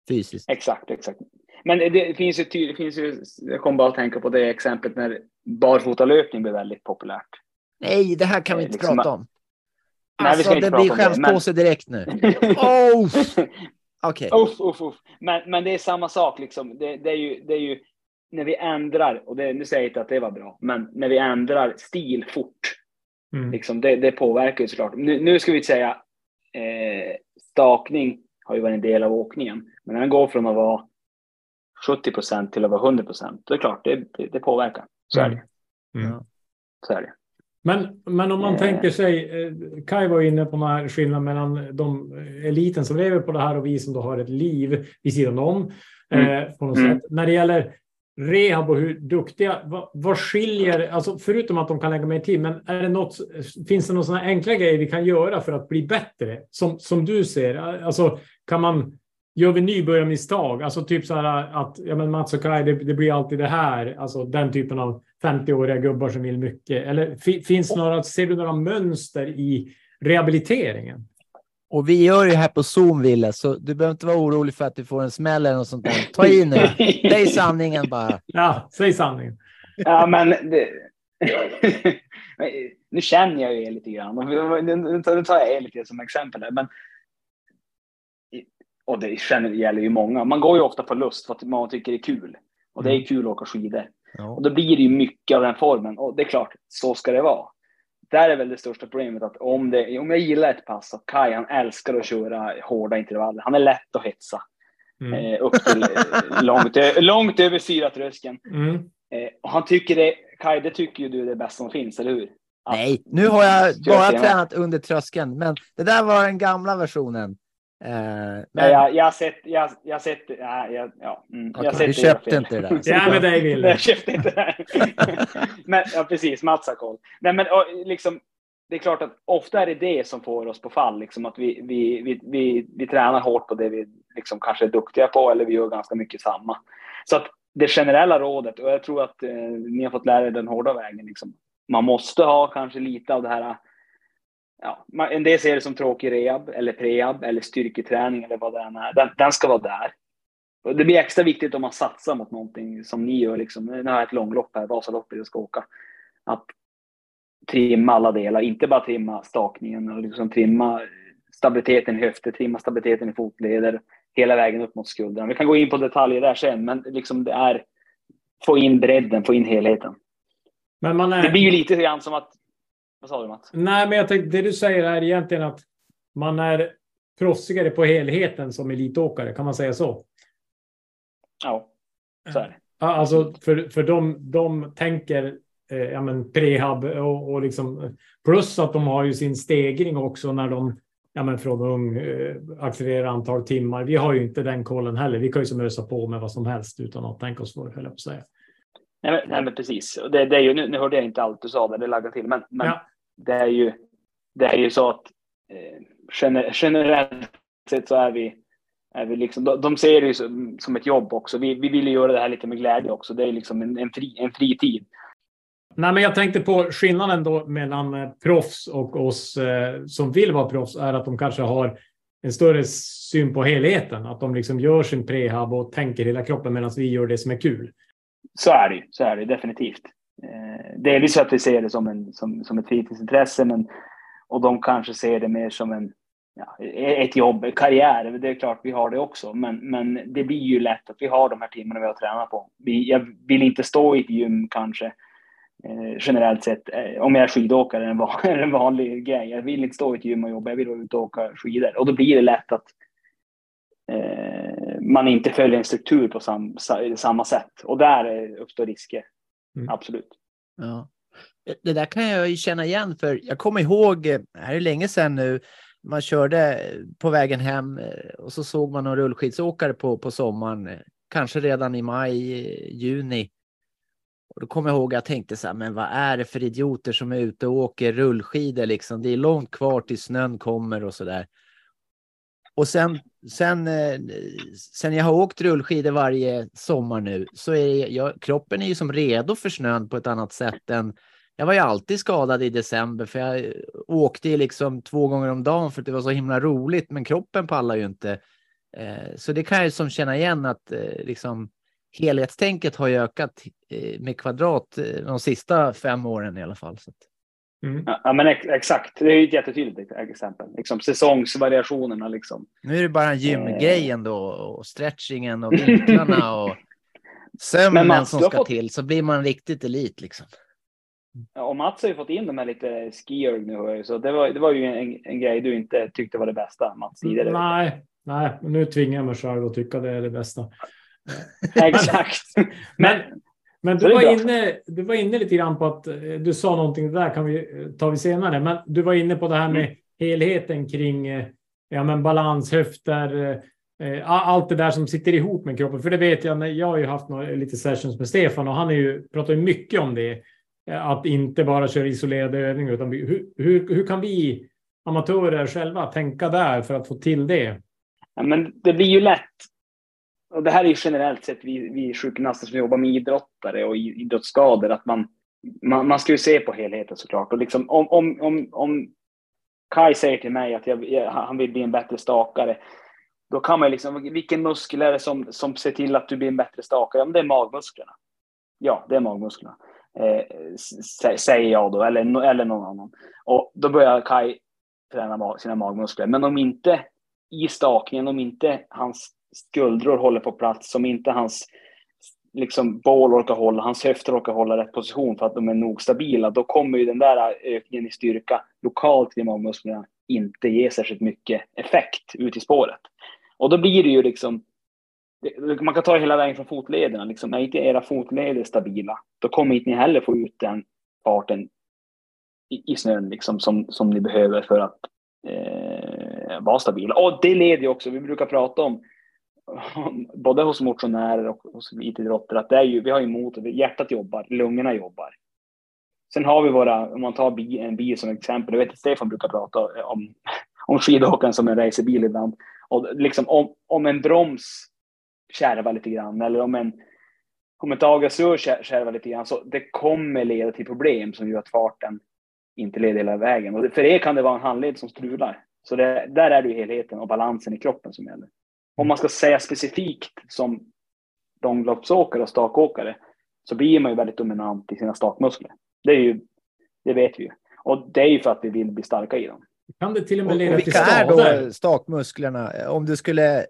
fysiskt. Exakt, exakt. Men det finns ju, det finns ju, jag kommer bara att tänka på det exemplet när barfotalöpning blev väldigt populärt. Nej, det här kan vi inte liksom, prata om. Nej, alltså, det blir skämspåse det, direkt nu. Oh! Okej. Okay. Uff, uff, uff. Men, men det är samma sak liksom. Det, det, är ju, det är ju när vi ändrar, och det, nu säger jag inte att det var bra, men när vi ändrar stil fort, mm. liksom, det, det påverkar ju såklart. Nu, nu ska vi säga eh, stakning har ju varit en del av åkningen, men när den går från att vara sjuttio procent till att vara hundra procent, det är klart, det, det, det påverkar. Så är det. Mm. Mm. Så är det. Men, men om man eh. tänker sig, Kai var inne på den här skillnaden mellan de eliten som lever på det här och vi som då har ett liv vid sidan om. Mm. Eh, på något mm. sätt. När det gäller rehab och hur duktiga, vad, vad skiljer, alltså förutom att de kan lägga mer tid, men är det något, finns det några sådana enkla grejer vi kan göra för att bli bättre? Som, som du ser, alltså kan man, gör vi nybörjarmisstag? Alltså typ så här att, ja men Mats och Kai, det, det blir alltid det här, alltså den typen av femtio-åriga gubbar som vill mycket. Eller f- finns några, ser du några mönster i rehabiliteringen? Och vi gör ju här på Zoom, Ville, så du behöver inte vara orolig för att du får en smäll eller något sånt där. Ta in nu. Säg sanningen bara. Ja, säg sanningen. Ja, men det... nu känner jag ju er lite grann. Nu tar jag er lite som exempel här, men och det känner, gäller ju många. Man går ju ofta på lust för att man tycker det är kul. Och det är kul att åka skidor. Ja. Och då blir det ju mycket av den formen. Och det är klart, så ska det vara. Där är väl det största problemet att om, det, om jag gillar ett pass, att Kai, han älskar att köra hårda intervaller. Han är lätt att hetsa. Mm. Eh, upp till eh, långt, långt över syratröskeln. Mm. Eh, och han tycker det, Kai, det tycker ju du är det bästa som finns, eller hur? Att, nej, nu har jag bara tränat under tröskeln. Men det där var den gamla versionen. Uh, men... ja, jag, jag har sett, jag, jag har sett, ja, jag, ja, mm, okay, jag har sett du det köpte inte det där. Ja, men det vill jag köpte inte det men ja, precis, Mats har koll. Nej, men och, liksom, det är klart att ofta är det det som får oss på fall, liksom att vi, vi, vi, vi, vi tränar hårt på det vi liksom kanske är duktiga på, eller vi gör ganska mycket samma. Så att det generella rådet, och jag tror att eh, ni har fått lära er den hårda vägen, liksom, man måste ha kanske lite av det här. Ja, en del ser det som tråkig rehab eller prehab eller styrketräning eller vad det är. Den, den ska vara där. Och det blir extra viktigt om man satsar mot någonting som ni gör. Liksom. Nu har jag ett långlopp här, Vasaloppet jag ska åka. Att trimma alla delar, inte bara trimma stakningen och liksom trimma stabiliteten i höfter, trimma stabiliteten i fotleder hela vägen upp mot skulderna. Vi kan gå in på detaljer där sen, men liksom det är få in bredden, få in helheten. Men man är... Det blir ju lite grann som att... Vad sa du, Mats? Nej, men jag tänkte, det du säger är egentligen att man är proffsigare på helheten som elitåkare, kan man säga så? Ja, så är det. Ja, alltså för, för de, de tänker eh, ja, men prehab och, och liksom, plus att de har ju sin stegring också när de ja, men från ung eh, accelererar antal timmar. Vi har ju inte den kollen heller. Vi kan ju som ösa på med vad som helst utan att tänka oss för det, höll jag på att säga. Nej, men, nej, men precis. Det, det är ju, nu, nu hörde jag inte allt du sa där, det laggar till. Men, men ja. det, är ju, det är ju så att eh, gener, generellt sett så är vi, är vi liksom, de, de ser det ju som, som ett jobb också. Vi, vi vill ju göra det här lite med glädje också. Det är liksom en, en, fri, en fri tid. Nej, men jag tänkte på skillnaden då mellan eh, proffs och oss eh, som vill vara proffs är att de kanske har en större syn på helheten. Att de liksom gör sin prehab och tänker hela kroppen medan vi gör det som är kul. Så är det, så är det definitivt. Eh, delvis så att vi ser det som, en, som, som ett fritidsintresse, men, och de kanske ser det mer som en, ja, ett jobb, en karriär. Det är klart vi har det också, men, men det blir ju lätt att vi har de här timmarna vi har tränat på. Vi, jag vill inte stå i ett gym kanske eh, generellt sett, eh, om jag är skidåkare är en, van, en vanlig grej. Jag vill inte stå i ett gym och jobba, jag vill ut och åka skidor. Och då blir det lätt att eh, man inte följer en struktur på sam, samma sätt. Och där uppstår risker. Mm. Absolut. Ja. Det där kan jag ju känna igen, för jag kommer ihåg, här är länge sedan nu, man körde på vägen hem och så såg man några rullskidsåkare på, på sommaren, kanske redan i maj, juni. Och då kommer jag ihåg att jag tänkte så här, men vad är det för idioter som är ute och åker rullskidor liksom? Det är långt kvar till snön kommer och så där. Och sen, sen, sen jag har åkt rullskidor varje sommar nu så är det, jag, kroppen är ju som redo för snön på ett annat sätt än, jag var ju alltid skadad i december för jag åkte liksom två gånger om dagen för att det var så himla roligt, men kroppen pallar ju inte Eh, så det kan jag ju som känna igen att eh, liksom helhetstänket har ju ökat eh, med kvadrat eh, de sista fem åren i alla fall. Så att... Mm. Ja, men ex- exakt. Det är ju ett jättetydligt exempel. Liksom säsongsvariationerna liksom. Nu är det bara gymgrejen då och stretchingen och vinklarna och sömnen Mats, som du har ska fått- till, så blir man riktigt elit liksom. Ja, och Mats har ju fått in de här lite skier nu, så det var, det var ju en, en grej du inte tyckte var det bästa, Mats, tidigare. Nej, nej, nu tvingar jag mig själv att tycka det är det bästa. Exakt. Men, men Så du, det är var bra. inne, du var inne lite grann på att eh, du sa någonting, där kan vi ta vi senare, men du var inne på det här med Mm. helheten kring eh, ja, men balans, höfter, eh, allt det där som sitter ihop med kroppen. För det vet jag, när jag har ju haft några, lite sessions med Stefan och han är ju, pratar ju mycket om det. Att inte bara köra isolerade övningar, utan hur, hur, hur kan vi amatörer själva tänka där för att få till det? Ja, men det blir ju lätt. Och det här är ju generellt sett vi, vi sjukgymnaster som jobbar med idrottare och idrottsskador, att man, man, man ska ju se på helheten såklart. Och liksom, om, om, om, om Kai säger till mig att jag, jag, han vill bli en bättre stakare, då kan man liksom, vilken muskel är det som, som ser till att du blir en bättre stakare? Ja, men det är magmusklerna. Ja, det är magmusklerna. Eh, säger jag då, eller, eller någon annan. Och då börjar Kai träna sina magmuskler. Men om inte i stakningen, om inte hans skuldror håller på plats, om inte hans liksom, bål orkar hålla, hans höfter orkar hålla rätt position för att de är nog stabila, då kommer ju den där ökningen i styrka lokalt i magmusklerna inte ge särskilt mycket effekt ut i spåret. Och då blir det ju liksom, man kan ta hela vägen från fotlederna. Liksom, är inte era fotleder stabila, då kommer inte ni heller få ut den farten i, i snön liksom, som, som ni behöver för att eh, vara stabila. Och det leder ju också, vi brukar prata om både hos motionärer och hos elitidrottare, att det är ju, vi har ju motor, hjärtat jobbar, lungorna jobbar. Sen har vi våra, om man tar en bil som exempel, jag vet att Stefan brukar prata om, om skidåkaren som en racerbil ibland. Och liksom om, om en broms kärva lite grann, eller om en om ett avgasrör kärva lite grann, så det kommer leda till problem som gör att farten inte leder hela vägen. Och för er kan det vara en handled som strular. Så det, där är det ju helheten och balansen i kroppen som gäller. Om man ska säga specifikt som långloppsåkare och stakåkare, så blir man ju väldigt dominant i sina stakmuskler. Det är ju, det vet vi ju. Och det är ju för att vi vill bli starka i dem. Kan det till och med Och, leda och till vilka skador? är då stakmusklerna? Om du skulle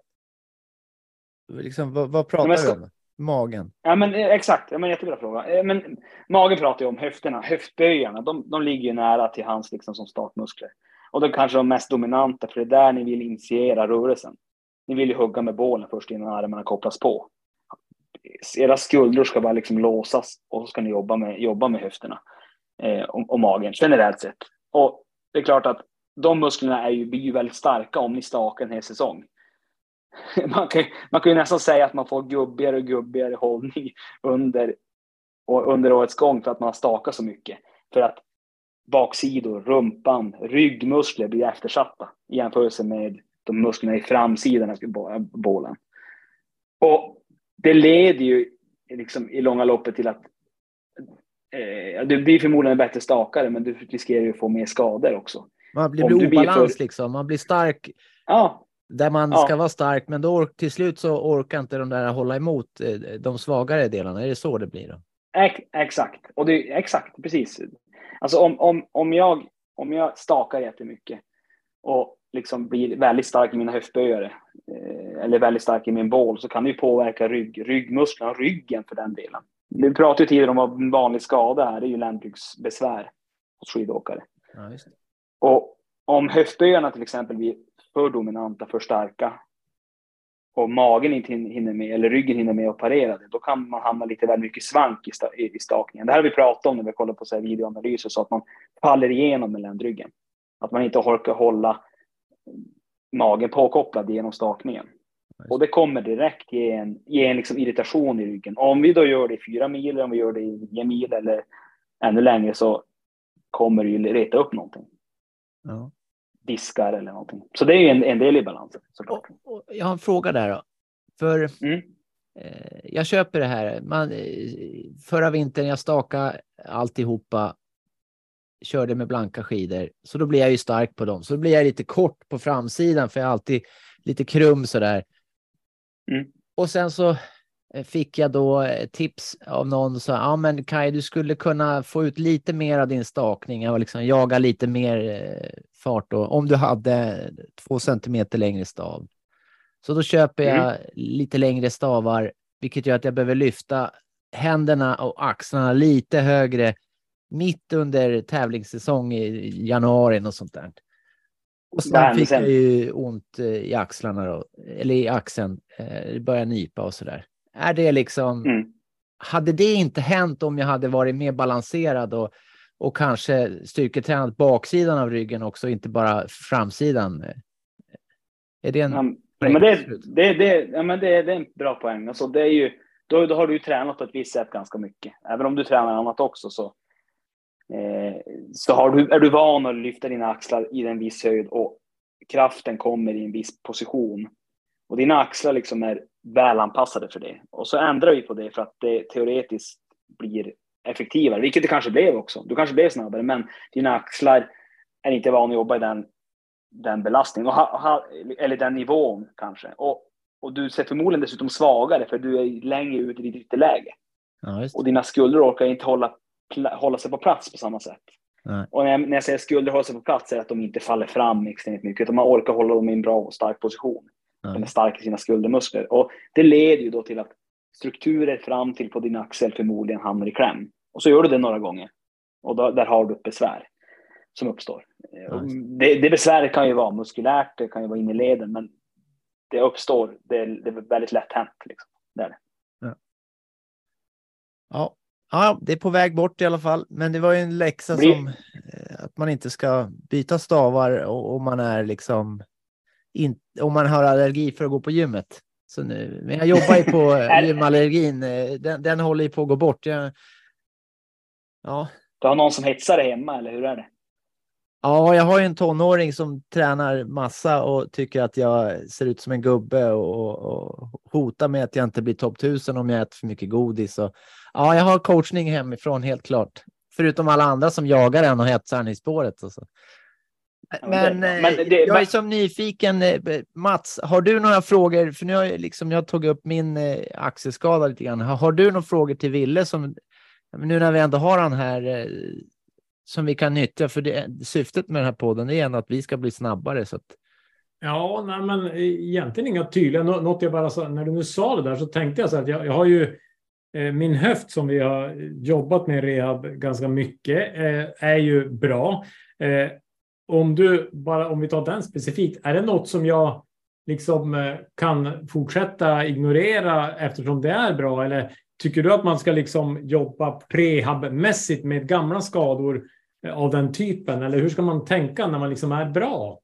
liksom, vad, vad pratar Men ska- du om? Magen? Ja, men eh, exakt. Ja, men jättebra fråga. Eh, Men magen pratar ju om höfterna. Höftböjarna, de, de ligger ju nära till hands liksom som stakmuskler. Och de kanske de mest dominanta, för det är där ni vill initiera rörelsen. Ni vill ju hugga med bålen först innan armarna kopplas på. Era skuldror ska bara liksom låsas, och så ska ni jobba med, jobba med höfterna eh, och, och magen generellt sett. Och det är klart att de musklerna är ju, blir ju väldigt starka om ni stakar en hel säsong. Man kan, man kan ju nästan säga att man får gubbigare och gubbigare hållning under, och under årets gång för att man har stakat så mycket. För att baksidor, rumpan, ryggmuskler blir eftersatta i jämförelse med de musklerna i framsidan av bålen. Och det leder ju liksom i långa loppet till att eh, du blir förmodligen en bättre stakare, men du riskerar ju att få mer skador också. Man blir, Om blir du blir obalans för- liksom. Man blir stark Ja, där man Ja. ska vara stark, men då or- till slut så orkar inte de där hålla emot eh, de svagare delarna. Är det så det blir då? ex- exakt. Och det är exakt, precis. Alltså om, om, om, jag, om jag stakar jättemycket och liksom blir väldigt stark i mina höftböjare eh, eller väldigt stark i min bål, så kan det ju påverka rygg, ryggmusklerna, ryggen för den delen. Vi pratade ju tidigare om vad en vanlig skada är, det är ju ländryggsbesvär hos skidåkare. Ja, just det. Och om höftböjarna till exempel blir för dominanta, för starka, och magen inte hinner med, eller ryggen hinner med att parera det, då kan man hamna lite väl mycket svank i, sta- i stakningen. Det här har vi pratat om när vi kollar på så här videoanalyser, så att man faller igenom med ländryggen. Att man inte orkar hålla magen påkopplad genom stakningen. Och det kommer direkt ge en, ge en liksom irritation i ryggen. Och om vi då gör det i fyra mil, eller om vi gör det i nio mil eller ännu längre, så kommer det ju reta upp någonting. Ja. Diskar eller någonting. Så det är ju en, en del i balansen, såklart. Och, och jag har en fråga där då. För Mm. eh, jag köper det här. Man, eh, förra vintern jag stakade alltihopa, körde med blanka skidor. Så då blir jag ju stark på dem. Så då blir jag lite kort på framsidan, för jag har alltid lite krum sådär. Mm. Och sen så fick jag då tips av någon så ja men Kaj, du skulle kunna få ut lite mer av din stakning och liksom jaga lite mer fart då, om du hade två centimeter längre stav. Så då köper jag mm. lite längre stavar, vilket gör att jag behöver lyfta händerna och axlarna lite högre mitt under tävlingssäsong i januari och sånt där. Och sen fick jag ju ont i axlarna då, eller i axeln, det började nypa och sådär. Är det liksom, mm. hade det inte hänt om jag hade varit mer balanserad och, och kanske styrketränat baksidan av ryggen också, inte bara framsidan? Är det en... Ja, men det, det, det, ja, men det, det är en bra poäng. Alltså det är ju, då, då har du ju tränat på ett visst sätt ganska mycket. Även om du tränar annat också så, eh, så har du, är du van att lyfta dina axlar i en viss höjd och kraften kommer i en viss position. Och dina axlar liksom är väl anpassade för det. Och så ändrar vi på det för att det teoretiskt blir effektivare. Vilket det kanske blev också. Du kanske blev snabbare, men dina axlar är inte van att jobba i den, den belastningen. Och ha, ha, eller den nivån kanske. Och, och du ser förmodligen dessutom svagare för du är längre ut i ditt ytterläge. Ja, just. Och dina skulder orkar inte hålla, hålla sig på plats på samma sätt. Nej. Och när jag, när jag säger skulder hålla sig på plats är det att de inte faller fram extremt mycket. Utan man orkar hålla dem i en bra och stark position. Nej. De är starka i sina skuldermuskler. Och det leder ju då till att strukturer fram till på din axel förmodligen hamnar i kläm. Och så gör du det några gånger. Och då, där har du ett besvär som uppstår. Det, det besväret kan ju vara muskulärt, det kan ju vara in i leden, men det uppstår, det är, det är väldigt lätt hänt. Liksom. Det är det. Ja. Ja. Ja, det är på väg bort i alla fall. Men det var ju en läxa Blir... som att man inte ska byta stavar om man är liksom in, om man har allergi för att gå på gymmet. Så nu, men jag jobbar ju på gymallergin. Den, den håller ju på att gå bort. Jag, ja. Du har någon som hetsar dig hemma, eller hur är det? Ja, jag har ju en tonåring som tränar massa och tycker att jag ser ut som en gubbe och, och hotar med att jag inte blir topp tusen om jag äter för mycket godis. Och, ja, jag har coachning hemifrån helt klart. Förutom alla andra som jagar en och hetsar i spåret. Och så. Men, men, men det, jag är som nyfiken, Mats, har du några frågor? För nu har jag, liksom, jag tagit upp min eh, axelskada lite grann. Har, har du några frågor till Ville som, nu när vi ändå har han här, eh, som vi kan nyttja? För det, syftet med den här podden är ändå att vi ska bli snabbare. Så att... Ja, nej, men egentligen inga tydliga. Något jag bara sa, när du nu sa det där så tänkte jag så att jag, jag har ju eh, min höft som vi har jobbat med rehab ganska mycket eh, är ju bra. Eh, Om du bara, om vi tar den specifikt, är det något som jag liksom kan fortsätta ignorera eftersom det är bra? Eller tycker du att man ska liksom jobba prehabmässigt med gamla skador av den typen? Eller hur ska man tänka när man liksom är bra?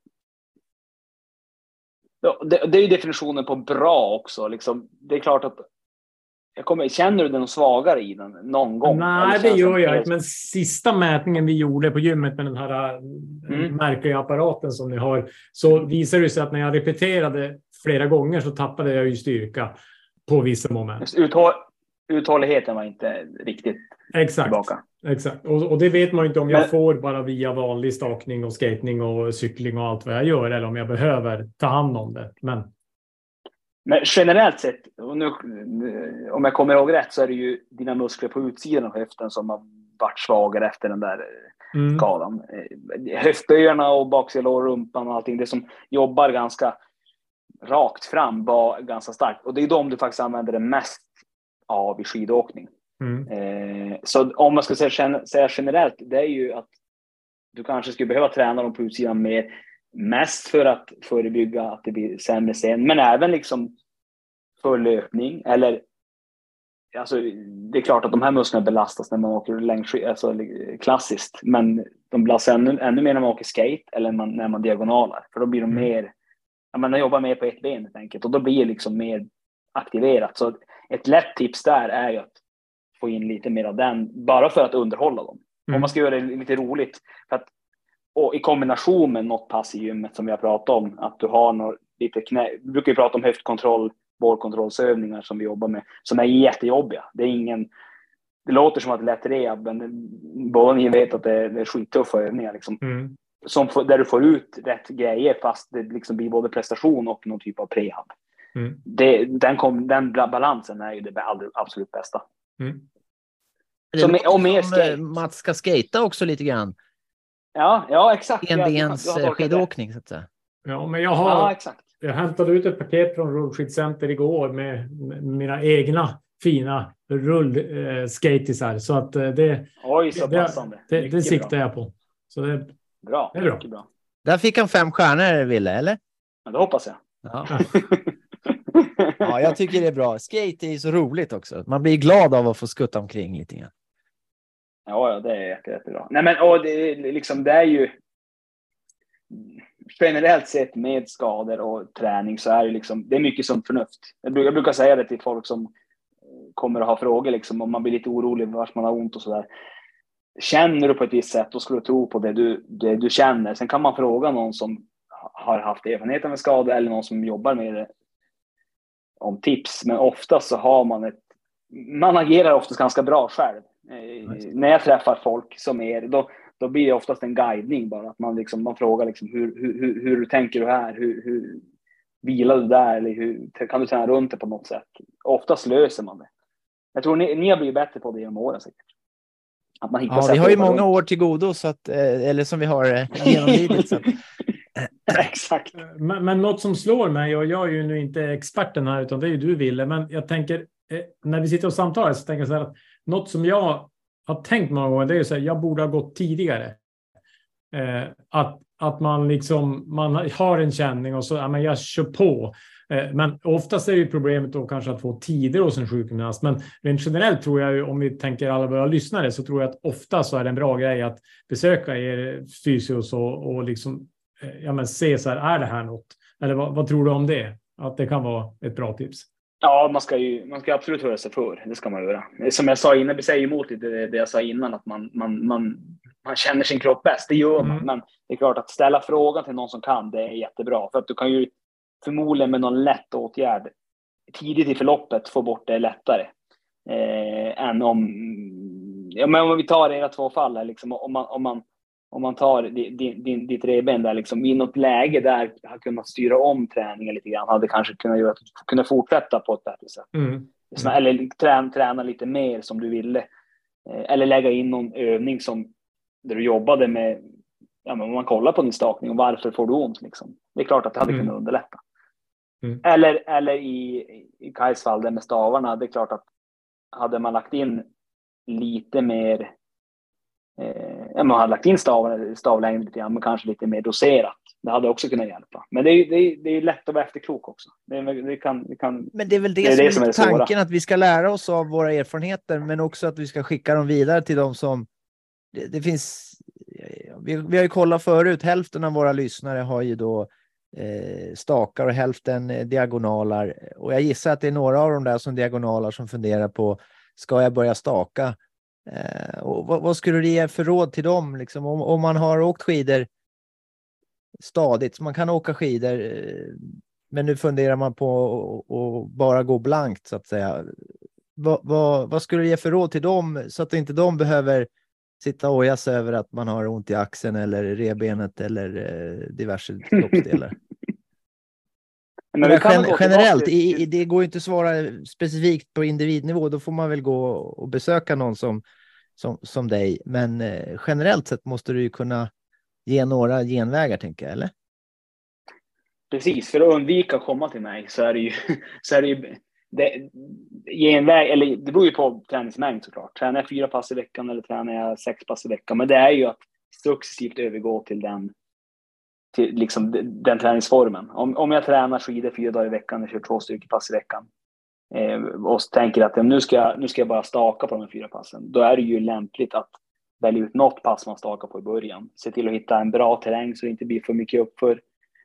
Ja, det, det är ju definitionen på bra också. Liksom, det är klart att jag kommer, känner du den svagare i den någon gång? Nej, det gör jag inte. Men sista mätningen vi gjorde på gymmet med den här mm. märkliga apparaten som ni har, så visar det sig att när jag repeterade flera gånger så tappade jag ju styrka på vissa moment. Uthåll, uthålligheten var inte riktigt Exakt. tillbaka. Exakt. Och, och det vet man ju inte om jag men, får bara via vanlig stakning och skating och cykling och allt vad jag gör, eller om jag behöver ta hand om det. Men Men generellt sett, och nu, om jag kommer ihåg rätt, så är det ju dina muskler på utsidan av höften som har varit svagare efter den där mm. skadan. Höftböjarna och baksida och rumpan och allting, det som jobbar ganska rakt fram var ganska starkt. Och det är de du faktiskt använder det mest av i skidåkning. Mm. Eh, så om man ska säga, säga generellt, det är ju att du kanske skulle behöva träna dem på utsidan mer. Mest för att förebygga att det blir sämre sen. Men även liksom för löpning. Eller, alltså, det är klart att de här musklerna belastas när man åker längd, alltså, klassiskt. Men de belastas ännu, ännu mer när man åker skate. Eller man, när man diagonalar. För då blir de mm. mer... Man jobbar mer på ett ben helt enkelt. Och då blir det liksom mer aktiverat. Så ett lätt tips där är ju att få in lite mer av den. Bara för att underhålla dem. Mm. Om man ska göra det lite roligt. För att och i kombination med något pass i gymmet som vi har pratat om, att du har något, lite knä... Vi brukar ju prata om höftkontroll, bålkontrollsövningar som vi jobbar med, som är jättejobbiga. Det är ingen... Det låter som att det är lätt rehab, men båda ni vet att det är, det är skittuffa övningar. Liksom. Mm. som får, där du får ut rätt grejer fast det liksom blir både prestation och någon typ av prehab. Mm. Det, den, kom, den balansen är ju det absolut bästa. Mm. Det som, låter och mer som skate. Mats ska skata också lite grann. Ja, ja exakt. Enbens skidåkning så att säga. Ja, men jag har ja, exakt. Jag hämtade ut ett paket från Rullskidcenter igår med, med mina egna fina rullskatisar. Så att det, Oj, så det, passande. det, det, det siktar bra. jag på. Så det, bra. det är bra. bra. Där fick han fem stjärnor, Ville, eller? Ja, det hoppas jag. Ja. Ja, jag tycker det är bra. Skate är så roligt också. Man blir glad av att få skutta omkring lite grann. Ja, ja, det är jätte, jättebra. Nej, men och det, liksom, det är ju generellt sett med skador och träning så är det liksom, det är mycket som förnuft. Jag brukar, jag brukar säga det till folk som kommer att ha frågor liksom, om man blir lite orolig vart man har ont och sådär. Känner du på ett visst sätt, då ska du tro på det du, det du känner. Sen kan man fråga någon som har haft erfarenhet med skador eller någon som jobbar med det om tips. Men ofta så har man ett, man agerar oftast ganska bra själv. Eh, när jag träffar folk som är, då, då blir det oftast en guidning bara. Att man, liksom, man frågar liksom, hur, hur, hur, hur tänker du här? Hur, hur vilar du där? Eller hur, kan du träna runt det på något sätt? Oftast löser man det. Jag tror ni, ni har blivit bättre på det genom åren säkert. Att man hittar ja, sätt vi har ju många runt. år till godo, så att, eller som vi har genomlidit. Så att... Exakt. Men, men något som slår mig, och jag är ju nu inte experten här utan det är ju du, Ville, men jag tänker, eh, när vi sitter och samtalar så tänker jag så här att något som jag har tänkt många gånger, det är ju så här, jag borde ha gått tidigare. Eh, att, att man liksom, man har en känning och så, ja men jag kör på. Eh, men oftast är ju problemet då kanske att få tider hos en sjukgymnast. Men rent generellt tror jag ju, om vi tänker alla våra lyssnare, så tror jag att ofta så är det en bra grej att besöka er fysios och, och liksom ja, men se så här, är det här något? Eller vad, vad tror du om det? Att det kan vara ett bra tips? Ja, man ska ju man ska absolut höra sig för. Det ska man göra. Som jag sa innan, vi säger emot det, det jag sa innan, att man, man, man, man känner sin kropp bäst. Det gör man. Mm. Men det är klart att ställa frågan till någon som kan, det är jättebra. För att du kan ju förmodligen med någon lätt åtgärd tidigt i förloppet få bort det lättare. Eh, än om, ja, men om vi tar era två fall här, liksom, om man, om man Om man tar din, din, ditt revben där liksom, i något läge där har kunnat styra om träningen lite grann, hade kanske kunnat göra att du kunde fortsätta på ett bättre sätt. Mm. Mm. Eller träna, träna lite mer som du ville. Eller lägga in någon övning som där du jobbade med, ja, men om man kollar på din stakning och varför får du ont liksom. Det är klart att det hade mm. kunnat underlätta. Mm. Eller, eller i, i Kajs fall där med stavarna, det är klart att hade man lagt in lite mer Eh, man har lagt in stav, stavlängden lite grann, men kanske lite mer doserat. Det hade också kunnat hjälpa. Men det är, det är, det är lätt att vara efterklok också. Det, det kan, det kan, men det är väl det, det, är som, det som är tanken, svåra. Att vi ska lära oss av våra erfarenheter, men också att vi ska skicka dem vidare till dem som... Det, det finns... Vi, vi har ju kollat förut, hälften av våra lyssnare har ju då eh, stakar och hälften eh, diagonalar. Och jag gissar att det är några av de där som diagonalar som funderar på, ska jag börja staka? Eh, och vad, vad skulle du ge för råd till dem liksom, om, om man har åkt skidor stadigt, så man kan åka skidor eh, men nu funderar man på att bara gå blankt så att säga. Va, va, vad skulle du ge för råd till dem så att inte de behöver sitta och ojas över att man har ont i axeln eller revbenet eller eh, diverse kroppsdelar? Men men gen- generellt, i, i, det går ju inte att svara specifikt på individnivå. Då får man väl gå och besöka någon som, som, som dig. Men eh, generellt sett måste du ju kunna ge några genvägar, tänker jag, eller? Precis, för att undvika att komma till mig så är det ju, så är det ju det, genväg, eller det beror ju på träningsmängd såklart. Tränar jag fyra pass i veckan eller tränar jag sex pass i veckan? Men det är ju att successivt övergå till den till liksom den träningsformen. Om, om jag tränar skidor fyra dagar i veckan och kör två styrkepass i veckan eh, och tänker att nu ska, jag, nu ska jag bara staka på de här fyra passen, då är det ju lämpligt att välja ut något pass man stakar på i början. Se till att hitta en bra terräng så det inte blir för mycket uppför.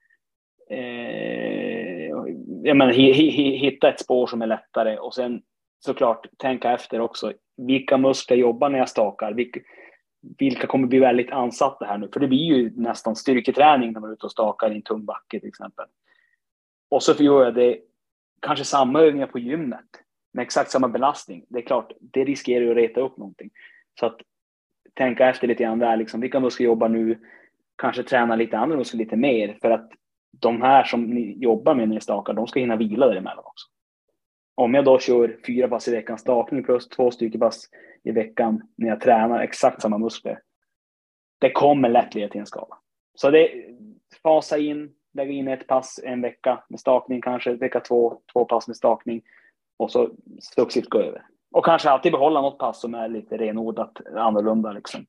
Eh, jag menar, hi, hi, hitta ett spår som är lättare och sen såklart tänka efter också. Vilka muskler jobbar när jag stakar? Vilka, vilka kommer bli väldigt ansatta här nu? För det blir ju nästan styrketräning när man är ute och stakar i en tung backe till exempel. Och så gör jag det kanske samma övningar på gymmet med exakt samma belastning. Det är klart, det riskerar ju att reta upp någonting. Så att tänka efter lite grann där, liksom, vilka muskler jobbar nu? kanske träna lite andra muskler lite mer, för att de här som ni jobbar med när ni stakar, de ska hinna vila däremellan också. Om jag då kör fyra pass i veckan stakning plus två styrkepass i veckan när jag tränar exakt samma muskler, det kommer lätt leda till en skada. Så det fasa in, lägga in ett pass en vecka med stakning, kanske vecka två, två pass med stakning, och så successivt gå över. Och kanske alltid behålla något pass som är lite renodlat annorlunda, liksom.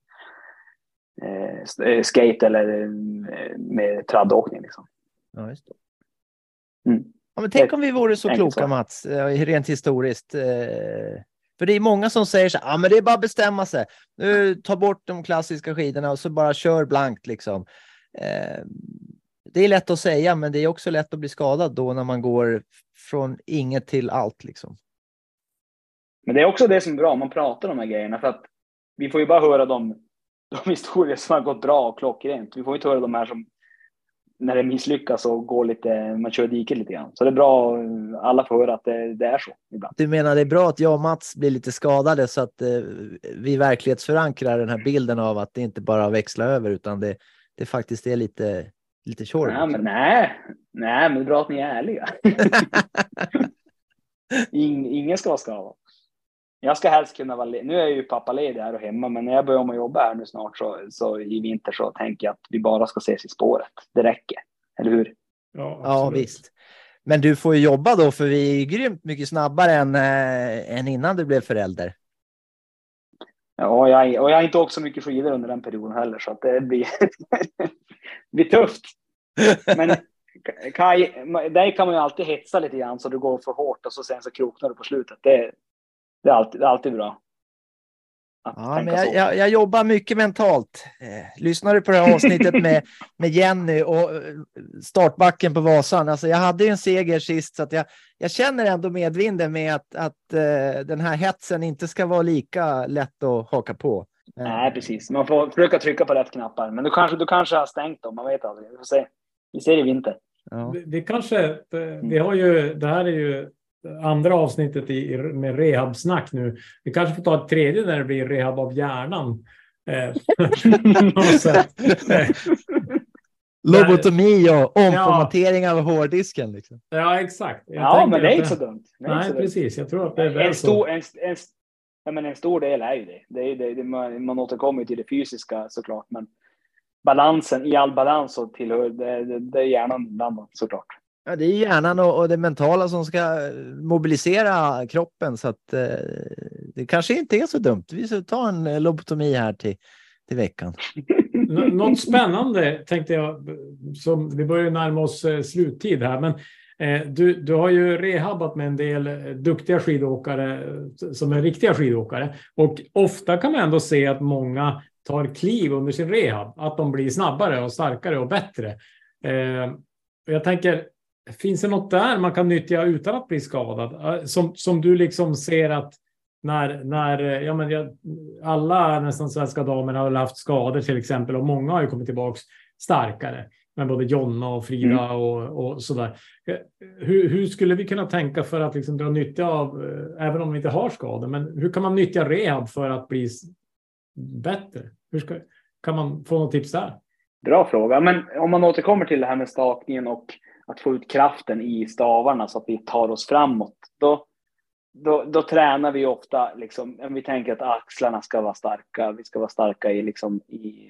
Eh, skate eller eh, med traddåkning liksom. Ja, just det. Mm. Ja, men tänk om vi vore så Enkelt kloka, så. Mats, eh, rent historiskt. Eh, för det är många som säger så här, ah, men det är bara att bestämma sig. Nu ta bort de klassiska skidorna och så bara kör blankt liksom. Eh, det är lätt att säga, men det är också lätt att bli skadad då när man går från inget till allt liksom. Men det är också det som är bra om man pratar om de här grejerna, för att vi får ju bara höra de, de historier som har gått bra och klockrent. Vi får inte höra de här som när det misslyckas och går lite, man kör diket lite grann. Så det är bra, alla får höra att det, det är så ibland. Du menar det är bra att jag och Mats blir lite skadade så att eh, vi verklighetsförankrar den här bilden av att det inte bara växlar över, utan det, det faktiskt är lite, lite tjorv. Nej, men nej, nej, men det är bra att ni är ärliga. In, ingen ska vara skadad. Jag ska helst kunna vara led. Nu är jag ju pappaledig här och hemma, men när jag börjar om att jobba här nu snart så, så i vinter så tänker jag att vi bara ska ses i spåret. Det räcker, eller hur? Ja, Ja, visst. Men du får ju jobba då, för vi är grymt mycket snabbare än, äh, än innan du blev förälder. Ja, och jag, och jag har inte åkt så mycket skidor under den perioden heller, så att det blir, det blir tufft. Men Kai, där kan man ju alltid hetsa lite grann så du går för hårt och så sen så kroknar du på slutet. Det, det, är, alltid, det är alltid bra. Ja, men jag, jag, jag jobbar mycket mentalt. Eh, lyssnar du på det här avsnittet med, med Jenny och startbacken på Vasan? Alltså jag hade ju en seger sist, så att jag, jag känner ändå medvinden med att, att eh, den här hetsen inte ska vara lika lätt att haka på. Eh. Nej, precis. Man får försöka trycka på rätt knappar. Men du kanske, du kanske har stängt dem, man vet aldrig. Vi får se. Vi ser i vinter. Ja. Det, det kanske, vi har ju, det här är ju andra avsnittet i, med rehabsnack nu. Vi kanske får ta ett tredje när det blir rehab av hjärnan. Eh, Lobotomi och omformatering ja. av hårddisken. Liksom. Ja, exakt. Jag ja, men det är inte så dumt. Nej, så precis. Jag tror att det är en stor, så. En, en, ja, men en stor del är ju det. det, är, det, det man, man återkommer till det fysiska såklart. Men balansen, i all balans så tillhör det, det, det är hjärnan ibland såklart. Ja, det är hjärnan och, och det mentala som ska mobilisera kroppen, så att eh, det kanske inte är så dumt. Vi ska ta en lobotomi här till, till veckan. Nå- något spännande tänkte jag, som vi börjar närma oss eh, sluttid här, men eh, du, du har ju rehabbat med en del eh, duktiga skidåkare som är riktiga skidåkare, och ofta kan man ändå se att många tar kliv under sin rehab, att de blir snabbare och starkare och bättre. Eh, jag tänker, finns det något där man kan nyttja utan att bli skadad? Som, som du liksom ser att när, när ja men jag, alla nästan svenska damer har haft skador till exempel, och många har ju kommit tillbaka starkare. Men både Jonna och Frida mm. och, och sådär. Hur, hur skulle vi kunna tänka för att liksom dra nytta av, även om vi inte har skador, men hur kan man nyttja rehab för att bli bättre? Hur ska, kan man få något tips där? Bra fråga. Men om man återkommer till det här med stakningen och att få ut kraften i stavarna så att vi tar oss framåt, då, då, då tränar vi ofta liksom, om vi tänker att axlarna ska vara starka, vi ska vara starka i, liksom, i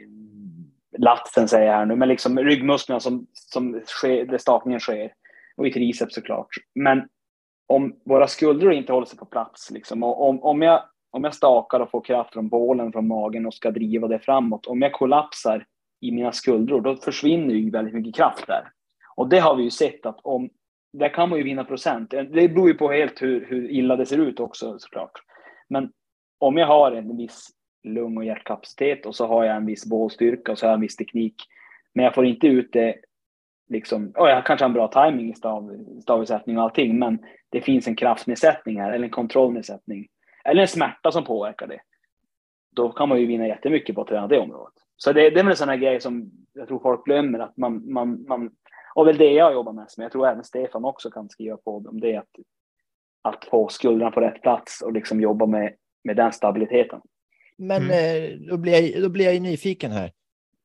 latsen säger jag här nu, men liksom ryggmusklerna som, som sker, där stakningen sker, och i triceps såklart. Men om våra skuldror inte håller sig på plats liksom, och om, om, jag, om jag stakar och får kraft från bålen, från magen och ska driva det framåt, om jag kollapsar i mina skuldror, då försvinner ju väldigt mycket kraft där. Och det har vi ju sett att om, där kan man ju vinna procent. Det beror ju på helt hur, hur illa det ser ut också såklart. Men om jag har en viss lung- och hjärtkapacitet och så har jag en viss bålstyrka och så har jag en viss teknik, men jag får inte ut det liksom, oh, jag kanske har en bra timing i stav, stavsättning och allting, men det finns en kraftnedsättning här, eller en kontrollnedsättning, eller en smärta som påverkar det. Då kan man ju vinna jättemycket på att träna det området. Så det, det är väl en sån här grej som jag tror folk glömmer, att man, man, man och väl det jag jobbar mest med, jag tror även Stefan också kan skriva på om det, att, att få skulderna på rätt plats och liksom jobba med, med den stabiliteten. Men mm. då, blir jag, då blir jag ju nyfiken här.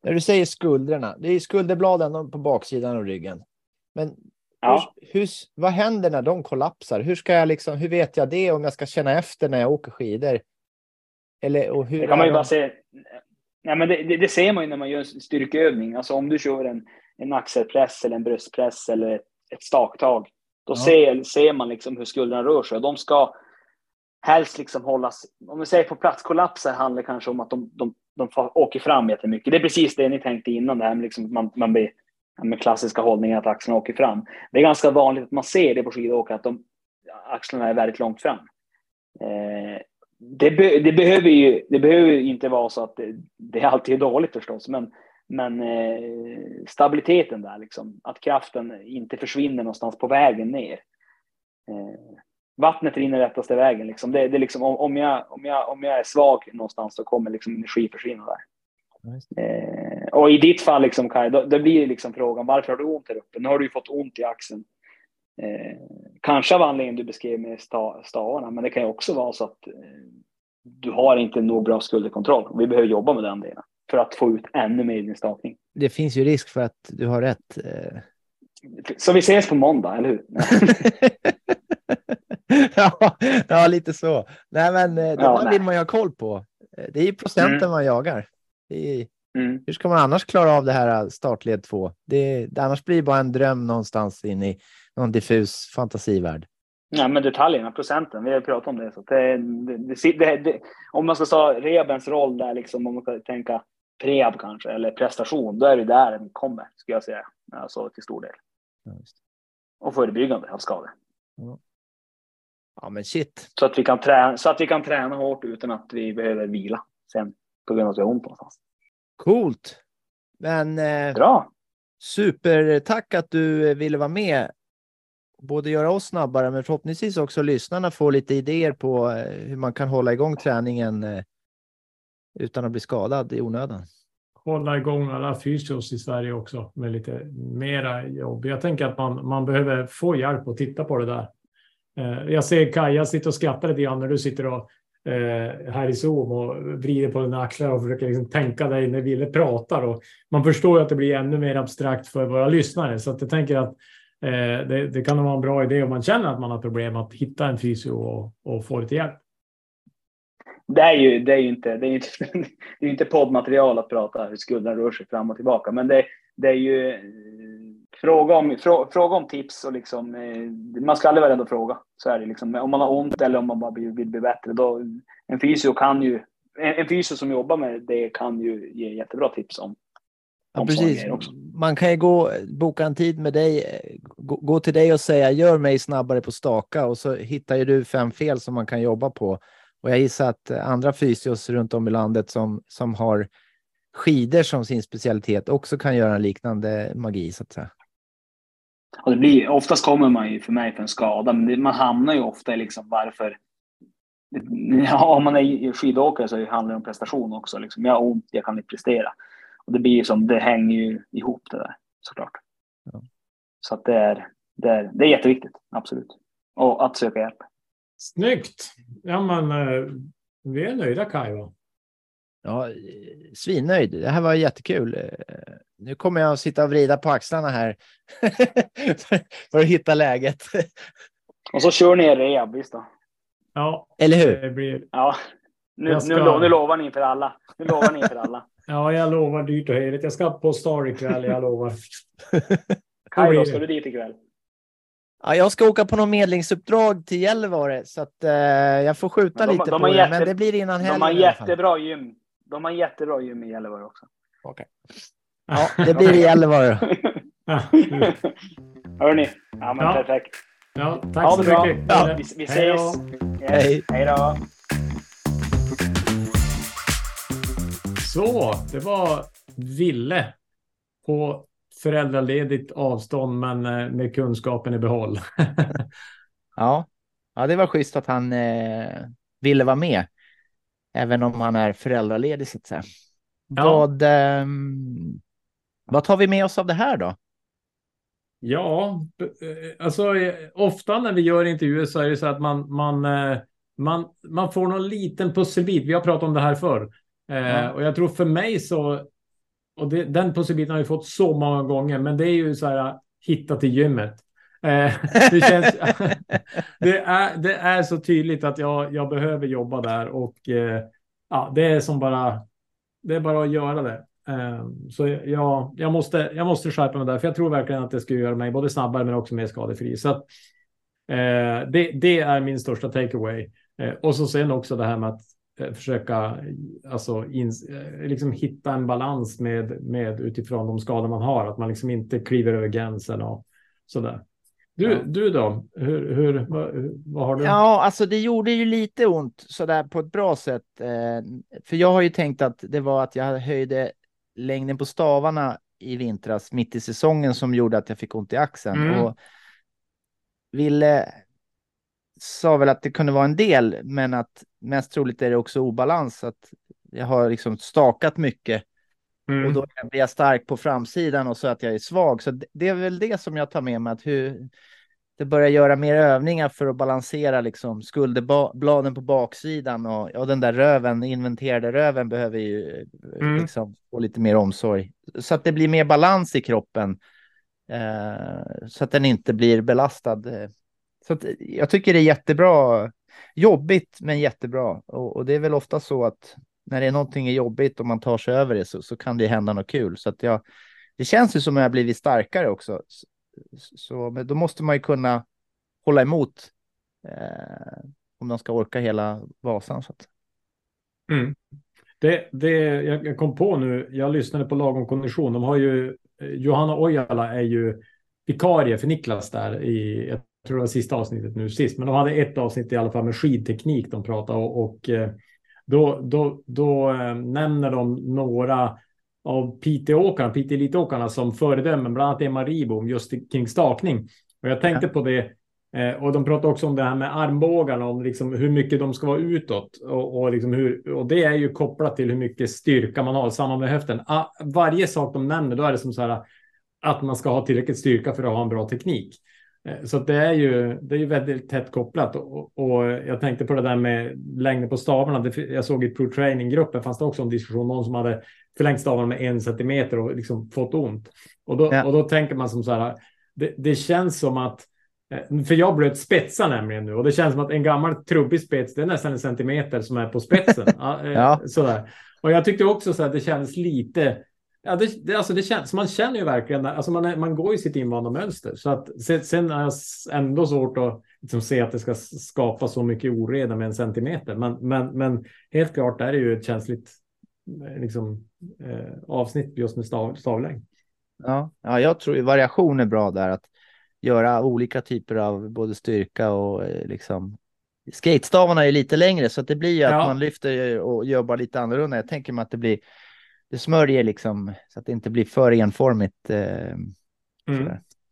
När du säger skulderna, det är skulderbladen på baksidan av ryggen. Men Ja. hur, hur, vad händer när de kollapsar? Hur ska jag liksom, hur vet jag det om jag ska känna efter när jag åker skidor? Eller, och hur Det kan man ju de... bara se. Nej, men det, det, det ser man ju när man gör en styrkeövning. Alltså om du kör en, en axelpress eller en bröstpress eller ett, ett staktag. Då Ja. ser, ser man liksom hur skulderna rör sig. Och de ska helst liksom hållas. Om vi säger på platskollapser handlar det kanske om att de, de, de får, åker fram jättemycket. Det är precis det ni tänkte innan. Det här med liksom, man, man blir med klassiska hållningar att axlarna åker fram. Det är ganska vanligt att man ser det på skidåkare att de, axlarna är väldigt långt fram. Eh, det, be, det, behöver ju, det behöver ju inte vara så att det, det alltid är dåligt förstås. Men, men eh, stabiliteten där liksom. Att kraften inte försvinner någonstans på vägen ner. Eh, vattnet rinner rättaste vägen. Liksom. Det, det är liksom, om, jag, om, jag, om jag är svag någonstans så kommer liksom energi försvinna där. Eh, och i ditt fall liksom, Kaj, då, då blir det liksom frågan, varför har du ont här uppe? Nu har du ju fått ont i axeln. Eh, kanske av anledningen du beskrev med sta, stavarna, men det kan ju också vara så att eh, du har inte nog bra skulderkontroll. Vi behöver jobba med den delen för att få ut ännu mer i din stakning. Det finns ju risk för att du har rätt. Eh... Så vi ses på måndag, eller hur? ja, ja, lite så. Nej, men det ja, där nej. vill man ju ha koll på. Det är ju procenten Mm. man jagar. Det är... Mm. Hur ska man annars klara av det här startled två? Det, det annars blir det bara en dröm någonstans in i någon diffus fantasivärld. Ja, men detaljerna, procenten, vi har pratat om det. Så det, det, det, det om man ska ta rebens roll där, liksom, om man ska tänka prehab kanske, eller prestation, då är det där den kommer, skulle jag säga. Alltså till stor del. Ja, just det. Och förebyggande av skador. Ja. Ja, men shit. Så att vi kan träna, så att vi kan träna hårt utan att vi behöver vila sen på grund av att vi har ont någonstans. Coolt. Men eh, Bra. super, tack att du ville vara med. Både göra oss snabbare, men förhoppningsvis också lyssnarna får lite idéer på eh, hur man kan hålla igång träningen eh, utan att bli skadad i onödan. Hålla igång alla fysios i Sverige också med lite mera jobb. Jag tänker att man, man behöver få hjälp att titta på det där. Eh, jag ser Kaja sitta och skratta lite grann när du sitter och, eh, här i Zoom och vrider på dina axlar och försöker liksom tänka dig när Ville pratar. Och man förstår ju att det blir ännu mer abstrakt för våra lyssnare. Så att jag tänker att eh, det, det kan vara en bra idé om man känner att man har problem att hitta en fysio och, och få lite hjälp. Det är ju, det är ju inte, det är inte, det är inte poddmaterial att prata hur skulden rör sig fram och tillbaka. Men det, det är ju eh, fråga om, frå, fråga om tips och liksom, eh, man ska aldrig vara rädd att fråga. Så är det liksom, om man har ont eller om man bara vill, vill bli bättre. Då, en fysio kan ju, en, en fysio som jobbar med det kan ju ge jättebra tips om. Ja, om precis. Man kan ju gå, boka en tid med dig, gå, gå till dig och säga gör mig snabbare på staka och så hittar ju du fem fel som man kan jobba på. Och jag gissar att andra fysios runt om i landet som, som har skidor som sin specialitet också kan göra en liknande magi så att säga. Och det blir, oftast kommer man ju för mig för en skada, men det, man hamnar ju ofta i liksom varför. Ja, om man är skidåkare så handlar det om prestation också. Liksom. Jag har ont, jag kan inte prestera. Och det blir ju som, det hänger ju ihop det där såklart. Ja. Så att det är, det är, det är jätteviktigt, absolut. Och att söka hjälp. Snyggt! Ja, men eh, vi är nöjda, Kaj, va? Ja, svinnöjd. Det här var jättekul. Nu kommer jag att sitta och vrida på axlarna här för att hitta läget. Och så kör ni er rehab, visst då? Ja. Eller hur? Det blir... Ja, nu, ska... nu, lo, nu lovar ni för alla. Nu lovar ni för alla. Ja, jag lovar dyrt och heligt. Jag ska på Star ikväll, jag lovar. Kaj, då ska du dit ikväll? Ja, jag ska åka på någon medlingsuppdrag till Gällivare så att eh, jag får skjuta de, lite de på det, jätte, men det blir innan helgen. De har jättebra gym. De har jättebra gym i Gällivare också. Okej. Ja, det blir i Gällivare då. Hörni, ja men ja. perfekt. Ja, tack ha så det bra. mycket. Ja, vi, vi ses. Yes. Hej. Hej då. Så, det var Ville på föräldraledigt avstånd men med kunskapen i behåll. Ja. Ja, det var schysst att han eh, ville vara med. Även om han är föräldraledig så att säga. Ja. Vad, eh, vad tar vi med oss av det här då? Ja, alltså ofta när vi gör intervjuer så är det så att man, man, man, man får någon liten pusselbit. Vi har pratat om det här förr. Ja. Och jag tror för mig så och det, den pusselbiten har vi fått så många gånger, men det är ju så här, hitta till gymmet. Eh, det, känns, det, är, det är så tydligt att jag, jag behöver jobba där och eh, ja, det är som bara det är bara att göra det. Eh, så jag, jag, måste, jag måste skärpa mig där, för jag tror verkligen att det skulle göra mig både snabbare men också mer skadefri. Så att, eh, det, det är min största takeaway. Eh, och så sen också det här med att eh, försöka alltså, ins, eh, liksom hitta en balans med, med utifrån de skador man har, att man liksom inte kliver över gränsen och sådär. Du, ja. du då? Hur, hur, vad, vad har du? Ja, alltså det gjorde ju lite ont sådär på ett bra sätt. Eh, för jag har ju tänkt att det var att jag höjde längden på stavarna i vintras mitt i säsongen som gjorde att jag fick ont i axeln. Mm. Och ville sa väl att det kunde vara en del, men att mest troligt är det också obalans. Att jag har liksom stakat mycket. Mm. Och då blir jag stark på framsidan och så att jag är svag. Så det är väl det som jag tar med mig. Att hur det börjar göra mer övningar för att balansera liksom skulderbladen på baksidan. Och, och den där röven, inventerade röven behöver ju mm. liksom få lite mer omsorg. Så att det blir mer balans i kroppen. Eh, så att den inte blir belastad. Så att jag tycker det är jättebra. Jobbigt men jättebra. Och, och det är väl ofta så att när det är någonting är jobbigt och man tar sig över det så, så kan det hända något kul. Så att jag, det känns ju som att jag har blivit starkare också. Så, så men då måste man ju kunna hålla emot eh, om de ska orka hela Vasan. Så att. Mm. Det, det, jag, jag kom på nu, jag lyssnade på Lagom kondition. De har ju, Johanna Ojala är ju vikarie för Niklas där i, jag tror det var sista avsnittet nu sist. Men de hade ett avsnitt i alla fall med skidteknik de pratade och, och Då, då, då eh, nämner de några av Piteåkarna, Piteå-elitåkarna som föredömen, bland annat Emma Ribom just kring stakning. Och jag tänkte ja. på det, eh, och de pratar också om det här med armbågarna, om liksom hur mycket de ska vara utåt. Och, och, liksom hur, och det är ju kopplat till hur mycket styrka man har, samma med höften. Ah, varje sak de nämner, då är det som så här att man ska ha tillräckligt styrka för att ha en bra teknik. Så det är ju det är ju väldigt tätt kopplat och, och jag tänkte på det där med längden på stavarna. Det, jag såg i Pro Training-gruppen fanns det också en diskussion, någon som hade förlängt stavarna med en centimeter och liksom fått ont. Och då, ja. och då tänker man som så här, det, det känns som att, för jag blöt spetsa nämligen nu och det känns som att en gammal trubbig spets, det är nästan en centimeter som är på spetsen. ja. Sådär. Och jag tyckte också så att det känns lite. Ja, det, det, alltså det känns, man känner ju verkligen, alltså man, är, man går i sitt invanda mönster. Så att sen, sen är det ändå svårt att liksom se att det ska skapa så mycket oreda med en centimeter. Men, men, men helt klart är det ju ett känsligt liksom, eh, avsnitt just med stav, stavlängd. Ja, ja, jag tror variation är bra där. Att göra olika typer av både styrka och eh, liksom. Skatestavarna är lite längre så att det blir ju att ja. man lyfter och gör bara lite annorlunda. Jag tänker mig att det blir. Det smörjer liksom så att det inte blir för enformigt. Eh, mm.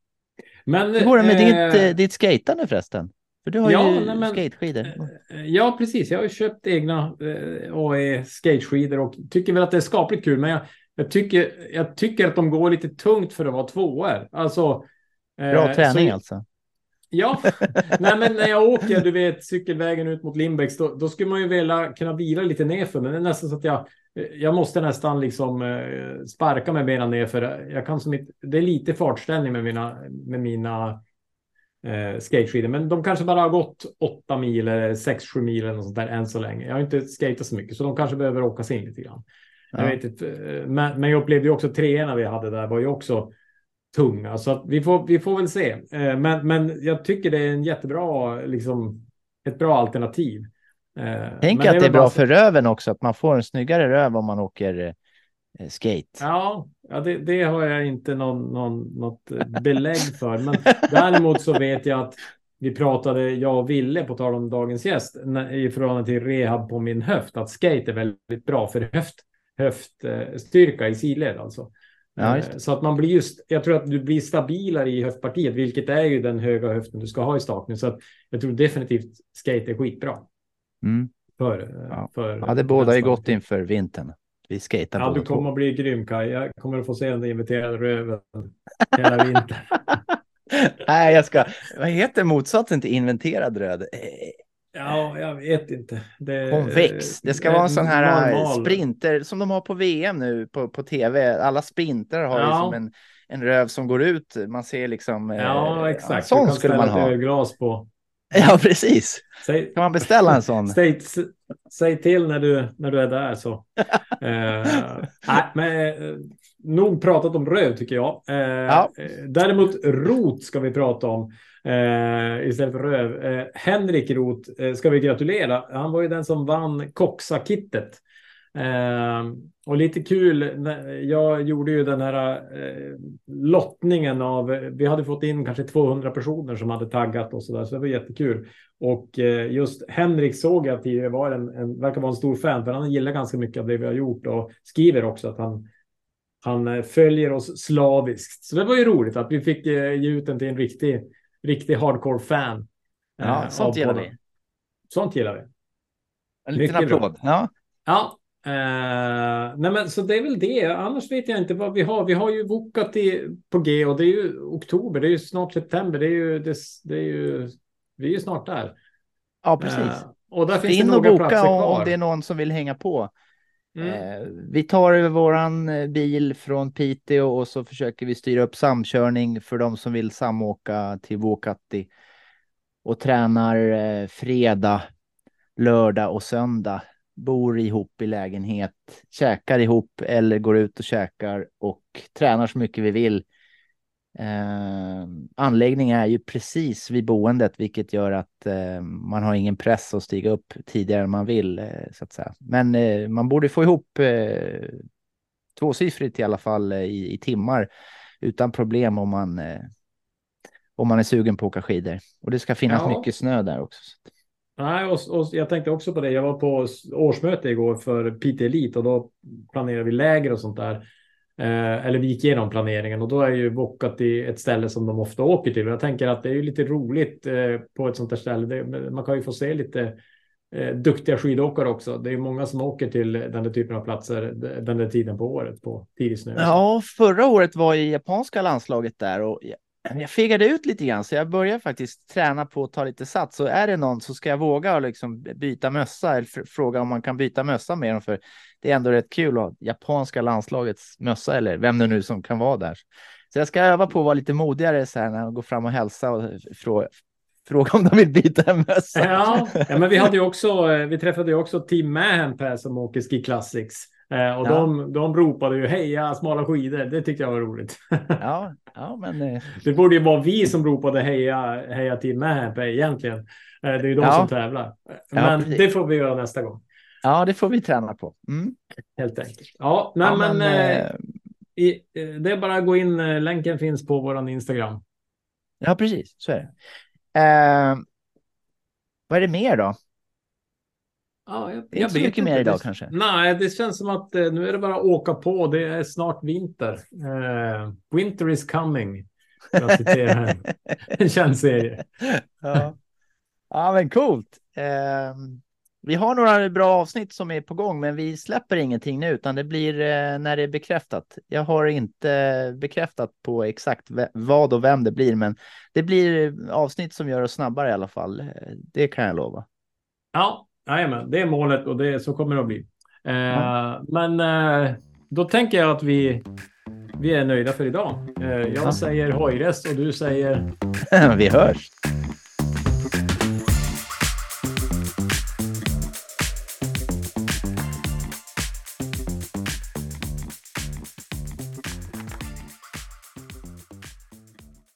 Men, hur går det med eh, ditt, ditt skatande förresten? För du har ja, ju nej, men, skateskidor. Ja, precis. Jag har ju köpt egna eh, A E skateskidor och tycker väl att det är skapligt kul. Men jag, jag, tycker, jag tycker att de går lite tungt för att vara tvåor. Alltså, eh, Bra träning så, alltså. Ja, nej, men när jag åker, du vet, cykelvägen ut mot Lindbäcks, då, då skulle man ju vilja kunna vila lite nerför. Men det är nästan så att jag Jag måste nästan liksom eh, sparka med benen ner för jag kan som ett, det är lite fartställning med mina, med mina eh, skateskidor. Men de kanske bara har gått åtta mil eller sex, sju mil eller något sånt där än så länge. Jag har inte skatat så mycket så de kanske behöver åka sig in lite grann. Ja. Jag vet inte, men, men jag upplevde ju också treorna vi hade där var ju också tunga. Så att vi, får, vi får väl se. Eh, men, men jag tycker det är en jättebra, liksom, ett bra alternativ. Tänk att det är, det är bra så... för röven också, att man får en snyggare röv om man åker eh, skate. Ja, ja det, det har jag inte någon, någon, något belägg för. Men däremot så vet jag att vi pratade, jag och Ville på tal om dagens gäst, i förhållande till rehab på min höft, att skate är väldigt bra för höft, höftstyrka i sidled alltså. Ja, så att man blir just, jag tror att du blir stabilare i höftpartiet, vilket är ju den höga höften du ska ha i stakning. Så att jag tror definitivt skate är skitbra. Mm. För, ja. för ja, det båda är gott inför vintern. Vi skater ja, du kommer två. Att bli grym, Kaj. Jag kommer att få se den inviterade röven hela vintern. Nej, jag ska. Vad heter motsatsen till inventerad röd? Ja, jag vet inte. Det, Konvex. Det ska vara en sån här normal. sprinter som de har på V M nu på, på tv. Alla sprinter har Ja. ju som en, en röv som går ut. Man ser liksom... Ja, eh, exakt. En Du sån kan skulle ställa man ett ha. ölglas på. Ja, precis. Säg, Kan man beställa en sån? säg, säg till när du, när du är där så. eh, nej, men eh, nog pratat om röv tycker jag. Eh, Ja. Däremot rot ska vi prata om. Eh, istället för röv. Eh, Henrik Roth eh, ska vi gratulera. Han var ju den som vann Coxa-kittet. Eh, och lite kul, när- jag gjorde ju den här eh, lottningen av, vi hade fått in kanske tvåhundra personer som hade taggat och sådär, så det var jättekul. Och eh, just Henrik såg jag tidigare var en, en, verkar vara en stor fan, för han gillar ganska mycket av det vi har gjort och skriver också att han han eh, följer oss slaviskt. Så det var ju roligt att vi fick eh, ge ut den till en riktig riktig hardcore-fan. Ja, eh, sånt av gillar podden. vi. Sånt gillar vi. En liten Mycket bra. applåd. Ja. Ja, eh, nej men så det är väl det. Annars vet jag inte vad vi har. Vi har ju vokat i, på G och det är ju oktober. Det är ju snart september. Det är ju, det, det är ju, vi är ju snart där. Ja, precis. Eh, och där Så finns det in och några boka platser om, kvar. om det är någon som vill hänga på. Mm. Eh, vi tar våran eh, bil från Piteå och så försöker vi styra upp samkörning för de som vill samåka till Vuokatti. Och tränar eh, fredag, lördag och söndag. Bor ihop i lägenhet, käkar ihop eller går ut och käkar och tränar så mycket vi vill. Eh, anläggningen är ju precis vid boendet, vilket gör att eh, man har ingen press att stiga upp tidigare än man vill, eh, så att säga. Men eh, man borde få ihop eh, tvåsiffrigt i alla fall eh, i, i timmar utan problem om man eh, om man är sugen på att åka skidor. Och det ska finnas Ja. mycket snö där också. Nej, och, och jag tänkte också på det. Jag var på årsmöte igår för Piteå Elite och då planerade vi läger och sånt där. Eh, eller vi gick igenom planeringen och då är ju Vuokatti ett ställe som de ofta åker till. Och jag tänker att det är ju lite roligt eh, på ett sånt här ställe. Det, man kan ju få se lite eh, duktiga skidåkare också. Det är många som åker till den där typen av platser den där tiden på året på tidig snö. Ja, förra året var ju japanska landslaget där och jag, jag fegade ut lite grann så jag börjar faktiskt träna på att ta lite sats. Så är det någon så ska jag våga liksom byta mössa eller f- fråga om man kan byta mössa med dem, för det är ändå rätt kul att ha japanska landslagets mössa eller vem det nu som kan vara där. Så jag ska öva på att vara lite modigare så här när jag går fram och hälsa och fråga, fråga om de vill byta en mössa. Ja, ja, men vi hade ju också, vi träffade ju också Team Mayhem som åker Ski Classics. Eh, och Ja. de, de ropade ju heja smala skidor. Det tyckte jag var roligt. Ja, ja men... Eh, Det borde ju vara vi som ropade heja, heja Team Mayhem egentligen. Eh, det är ju de Ja. som tävlar. Men precis. det får vi göra nästa gång. ja, det får vi träna på. Mm. Helt enkelt. Ja, nej, Ja, men, men, eh, eh, i, eh, det är bara att gå in. eh, Länken finns på våran Instagram. Ja, precis. Så är det. Eh, vad är det mer då? Ja, jag, Det är inte så mycket mer idag, kanske. Nej, det känns som att eh, nu är det bara att åka på. Det är snart vinter. Eh, winter is coming. För att citera en, en känd serie. Ja. Ja, men coolt. Eh, vi har några bra avsnitt som är på gång, men vi släpper ingenting nu, utan det blir eh, när det är bekräftat. Jag har inte bekräftat på exakt v- vad och vem det blir, men det blir avsnitt som gör oss snabbare i alla fall. Eh, Det kan jag lova. Ja, jajamän, det är målet och det, så kommer det att bli. Eh, Ja. Men eh, då tänker jag att vi, vi är nöjda för idag. Eh, jag Ja. säger hojrest och du säger... Vi hörs.